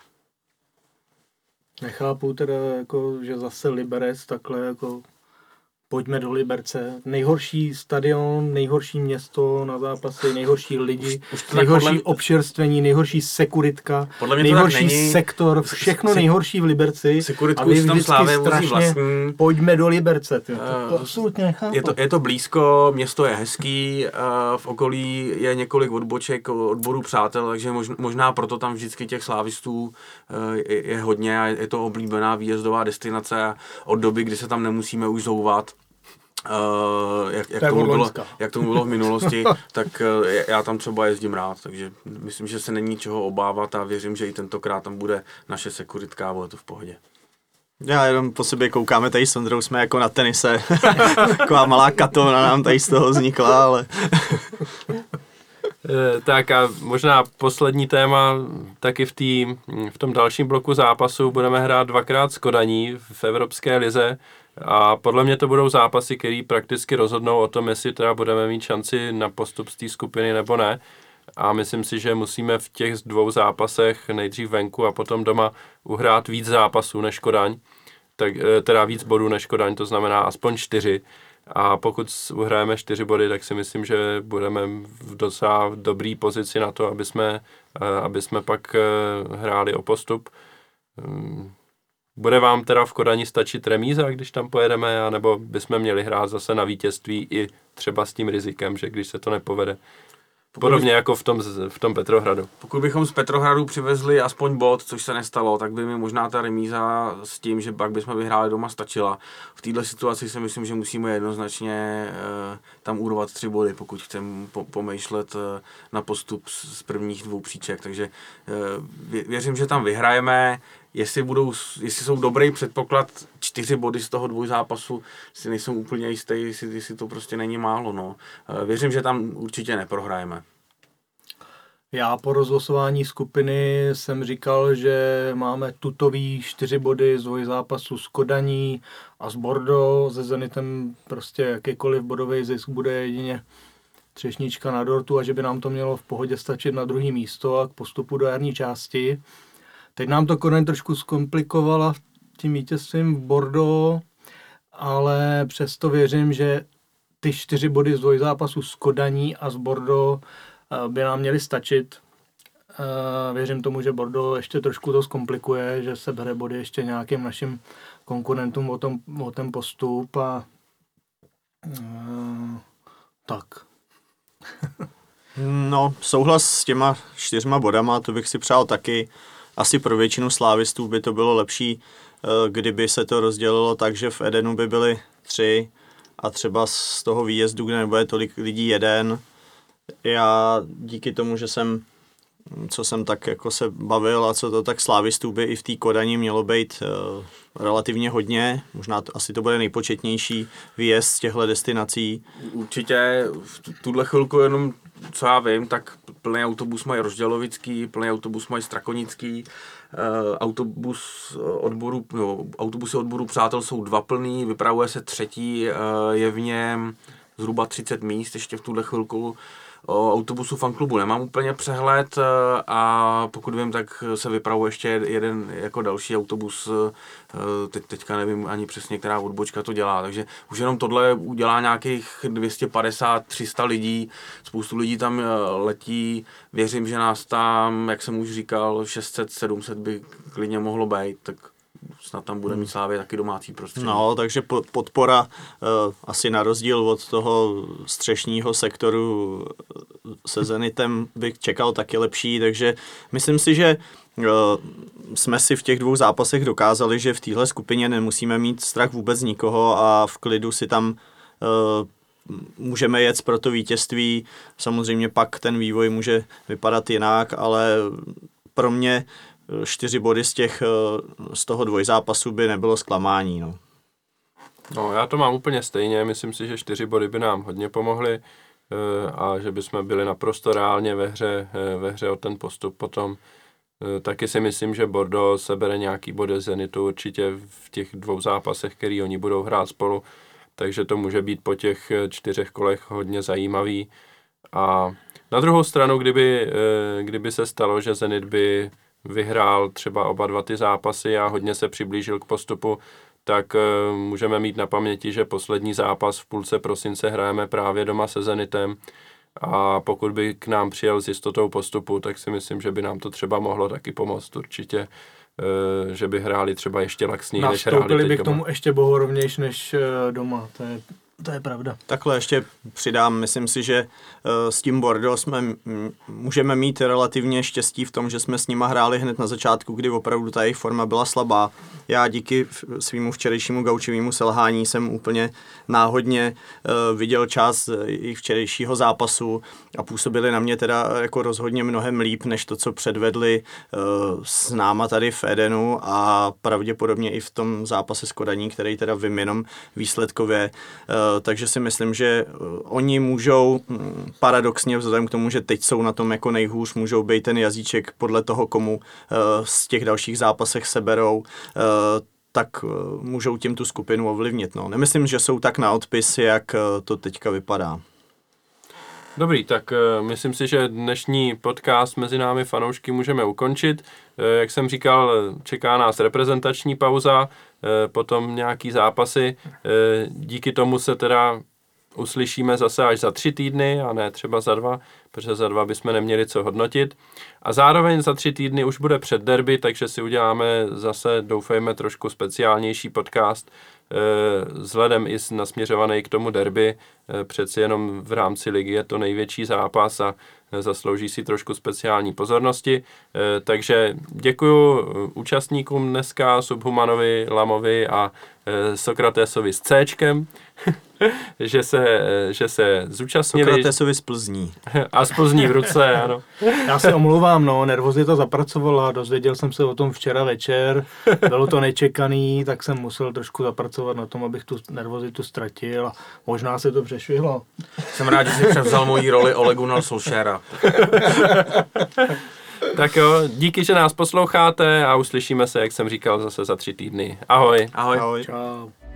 Nechápu teda, jako, že zase Liberec takhle jako pojďme do Liberce. Nejhorší stadion, nejhorší město na zápasy, nejhorší lidi, nejhorší občerstvení, nejhorší sekuritka, nejhorší sektor, všechno nejhorší v Liberci. A vy vždycky strašně pojďme do Liberce. To absolutně nechápu. Je to blízko, město je hezký, v okolí je několik odboček odborů přátel, takže možná proto tam vždycky těch slávistů je hodně a je to oblíbená výjezdová destinace a od doby, kdy se tam nemusíme už zouvat, jak tomu bylo v minulosti, tak já tam třeba jezdím rád, takže myslím, že se není čeho obávat a věřím, že i tentokrát tam bude naše sekuritka a bude to v pohodě. Já jenom po sobě koukáme, tady s Ondrou jsme jako na tenise, taková malá katovna nám tady z toho vznikla, ale... Tak a možná poslední téma, taky v tom dalším bloku zápasu budeme hrát 2x s Kodaní v Evropské lize a podle mě to budou zápasy, které prakticky rozhodnou o tom, jestli teda budeme mít šanci na postup z té skupiny nebo ne. A myslím si, že musíme v těch 2 zápasech, nejdřív venku a potom doma, uhrát víc zápasů než Kodaň, teda víc bodů než Kodaň, to znamená aspoň 4. A pokud uhrajeme 4 body, tak si myslím, že budeme v docela dobré pozici na to, aby jsme pak hráli o postup. Bude vám teda v Kodani stačit remíza, když tam pojedeme, anebo bychom měli hrát zase na vítězství i třeba s tím rizikem, že když se to nepovede? Podobně jako v tom Petrohradu. Pokud bychom z Petrohradu přivezli aspoň bod, což se nestalo, tak by mi možná ta remíza s tím, že pak bychom vyhráli doma, stačila. V této situaci si myslím, že musíme jednoznačně tam urvat 3 body, pokud chceme pomýšlet na postup z prvních 2 příček. Takže věřím, že tam vyhrajeme. Jestli jsou dobrý předpoklad 4 body z toho 2 zápasu, si nejsem úplně jistý, jestli to prostě není málo. No. Věřím, že tam určitě neprohrajeme. Já po rozlosování skupiny jsem říkal, že máme tutový 4 body z 2 zápasů s Kodaní a s Bordeaux. Se Zenitem prostě jakýkoliv bodový zisk bude jedině třešnička na dortu a že by nám to mělo v pohodě stačit na 2. místo a k postupu do jarní části. Teď nám to Kodaň trošku zkomplikovala tím vítězstvím v Bordeaux, ale přesto věřím, že ty 4 body z 2 zápasů s Kodaní a s Bordeaux by nám měly stačit. Věřím tomu, že Bordeaux ještě trošku to zkomplikuje, že se bere body ještě nějakým našim konkurentům o ten postup a tak. No, souhlas s těma 4 bodama, to bych si přál taky. Asi pro většinu slávistů by to bylo lepší, kdyby se to rozdělilo tak, že v Edenu by byly 3 a třeba z toho výjezdu, kde nebude tolik lidí, 1. Já díky tomu, že co jsem tak jako se bavil a co to tak slávistů by i v té Kodani mělo být relativně hodně. Možná asi to bude nejpočetnější výjezd z těchto destinací. Určitě v tuhle chvilku jenom, co já vím, tak plný autobus mají Rozdělovický, plný autobus mají Strakonický, autobusy odboru přátel jsou 2 plný, vypravuje se 3, je v něm zhruba 30 míst ještě v tuhle chvilku. o autobusu fanklubu nemám úplně přehled a pokud vím, tak se vypravuje ještě jeden jako další autobus, teďka nevím ani přesně, která odbočka to dělá, takže už jenom tohle udělá nějakých 250-300 lidí, spoustu lidí tam letí, věřím, že nás tam, jak jsem už říkal, 600-700 by klidně mohlo být, tak snad tam bude mít Slávě taky domácí prostředí. No, takže podpora asi na rozdíl od toho střešního sektoru se Zenitem bych čekal taky lepší, takže myslím si, že jsme si v těch 2 zápasech dokázali, že v téhle skupině nemusíme mít strach vůbec nikoho a v klidu si tam můžeme jet pro to vítězství. Samozřejmě pak ten vývoj může vypadat jinak, ale pro mě 4 body z toho dvojzápasu by nebylo zklamání. No, já to mám úplně stejně, myslím si, že 4 body by nám hodně pomohly a že bychom byli naprosto reálně ve hře o ten postup potom. Taky si myslím, že Bordeaux sebere nějaký body Zenitu určitě v těch 2 zápasech, který oni budou hrát spolu, takže to může být po těch 4 kolech hodně zajímavý. A na druhou stranu, kdyby se stalo, že Zenit by vyhrál třeba oba 2 ty zápasy a hodně se přiblížil k postupu, tak můžeme mít na paměti, že poslední zápas v půlce prosince hrajeme právě doma se Zenitem a pokud by k nám přijel s jistotou postupu, tak si myslím, že by nám to třeba mohlo taky pomoct určitě, že by hráli třeba ještě laxněji, než hráli teď Nastoupili by k doma. tomu ještě bohorovnější než doma, to je pravda. Takhle ještě přidám, myslím si, že s tím Bordeaux můžeme mít relativně štěstí v tom, že jsme s nima hráli hned na začátku, kdy opravdu ta jejich forma byla slabá. Já díky svýmu včerejšímu gaučivému selhání jsem úplně náhodně viděl část jejich včerejšího zápasu a působili na mě teda jako rozhodně mnohem líp, než to, co předvedli s náma tady v Edenu a pravděpodobně i v tom zápase s Kodaní, který teda vím jenom výsledkově. Takže si myslím, že oni můžou paradoxně vzhledem k tomu, že teď jsou na tom jako nejhůř, můžou být ten jazyček podle toho, komu z těch dalších zápasech seberou, tak můžou tím tu skupinu ovlivnit. No. Nemyslím, že jsou tak na odpis, jak to teďka vypadá. Dobrý, tak myslím si, že dnešní podcast mezi námi fanoušky můžeme ukončit. Jak jsem říkal, čeká nás reprezentační pauza, potom nějaký zápasy. Díky tomu se teda uslyšíme zase až za 3 týdny a ne třeba za 2, protože za 2 bychom neměli co hodnotit. A zároveň za 3 týdny už bude před derby, takže si uděláme zase, doufejme, trošku speciálnější podcast, vzhledem i nasměřovaný k tomu derby. Přeci jenom v rámci ligy je to největší zápas a zaslouží si trošku speciální pozornosti. Takže děkuju účastníkům dneska, Subhumanovi, Lamovi a Sokratesovi s Cčkem, že se zúčastnili. Sokratesovi z Plzní. A z Plzní v ruce, ano. Já se omlouvám, nervozita zapracovala, dozvěděl jsem se o tom včera večer, bylo to nečekaný, tak jsem musel trošku zapracovat na tom, abych tu nervozitu ztratil a možná se to přešvihlo. Jsem rád, že jsi převzal moji roli Ole Gunnar Solskjæra. Tak jo, díky, že nás posloucháte a uslyšíme se, jak jsem říkal, zase za 3 týdny. Ahoj. Ahoj. Ahoj. Čau.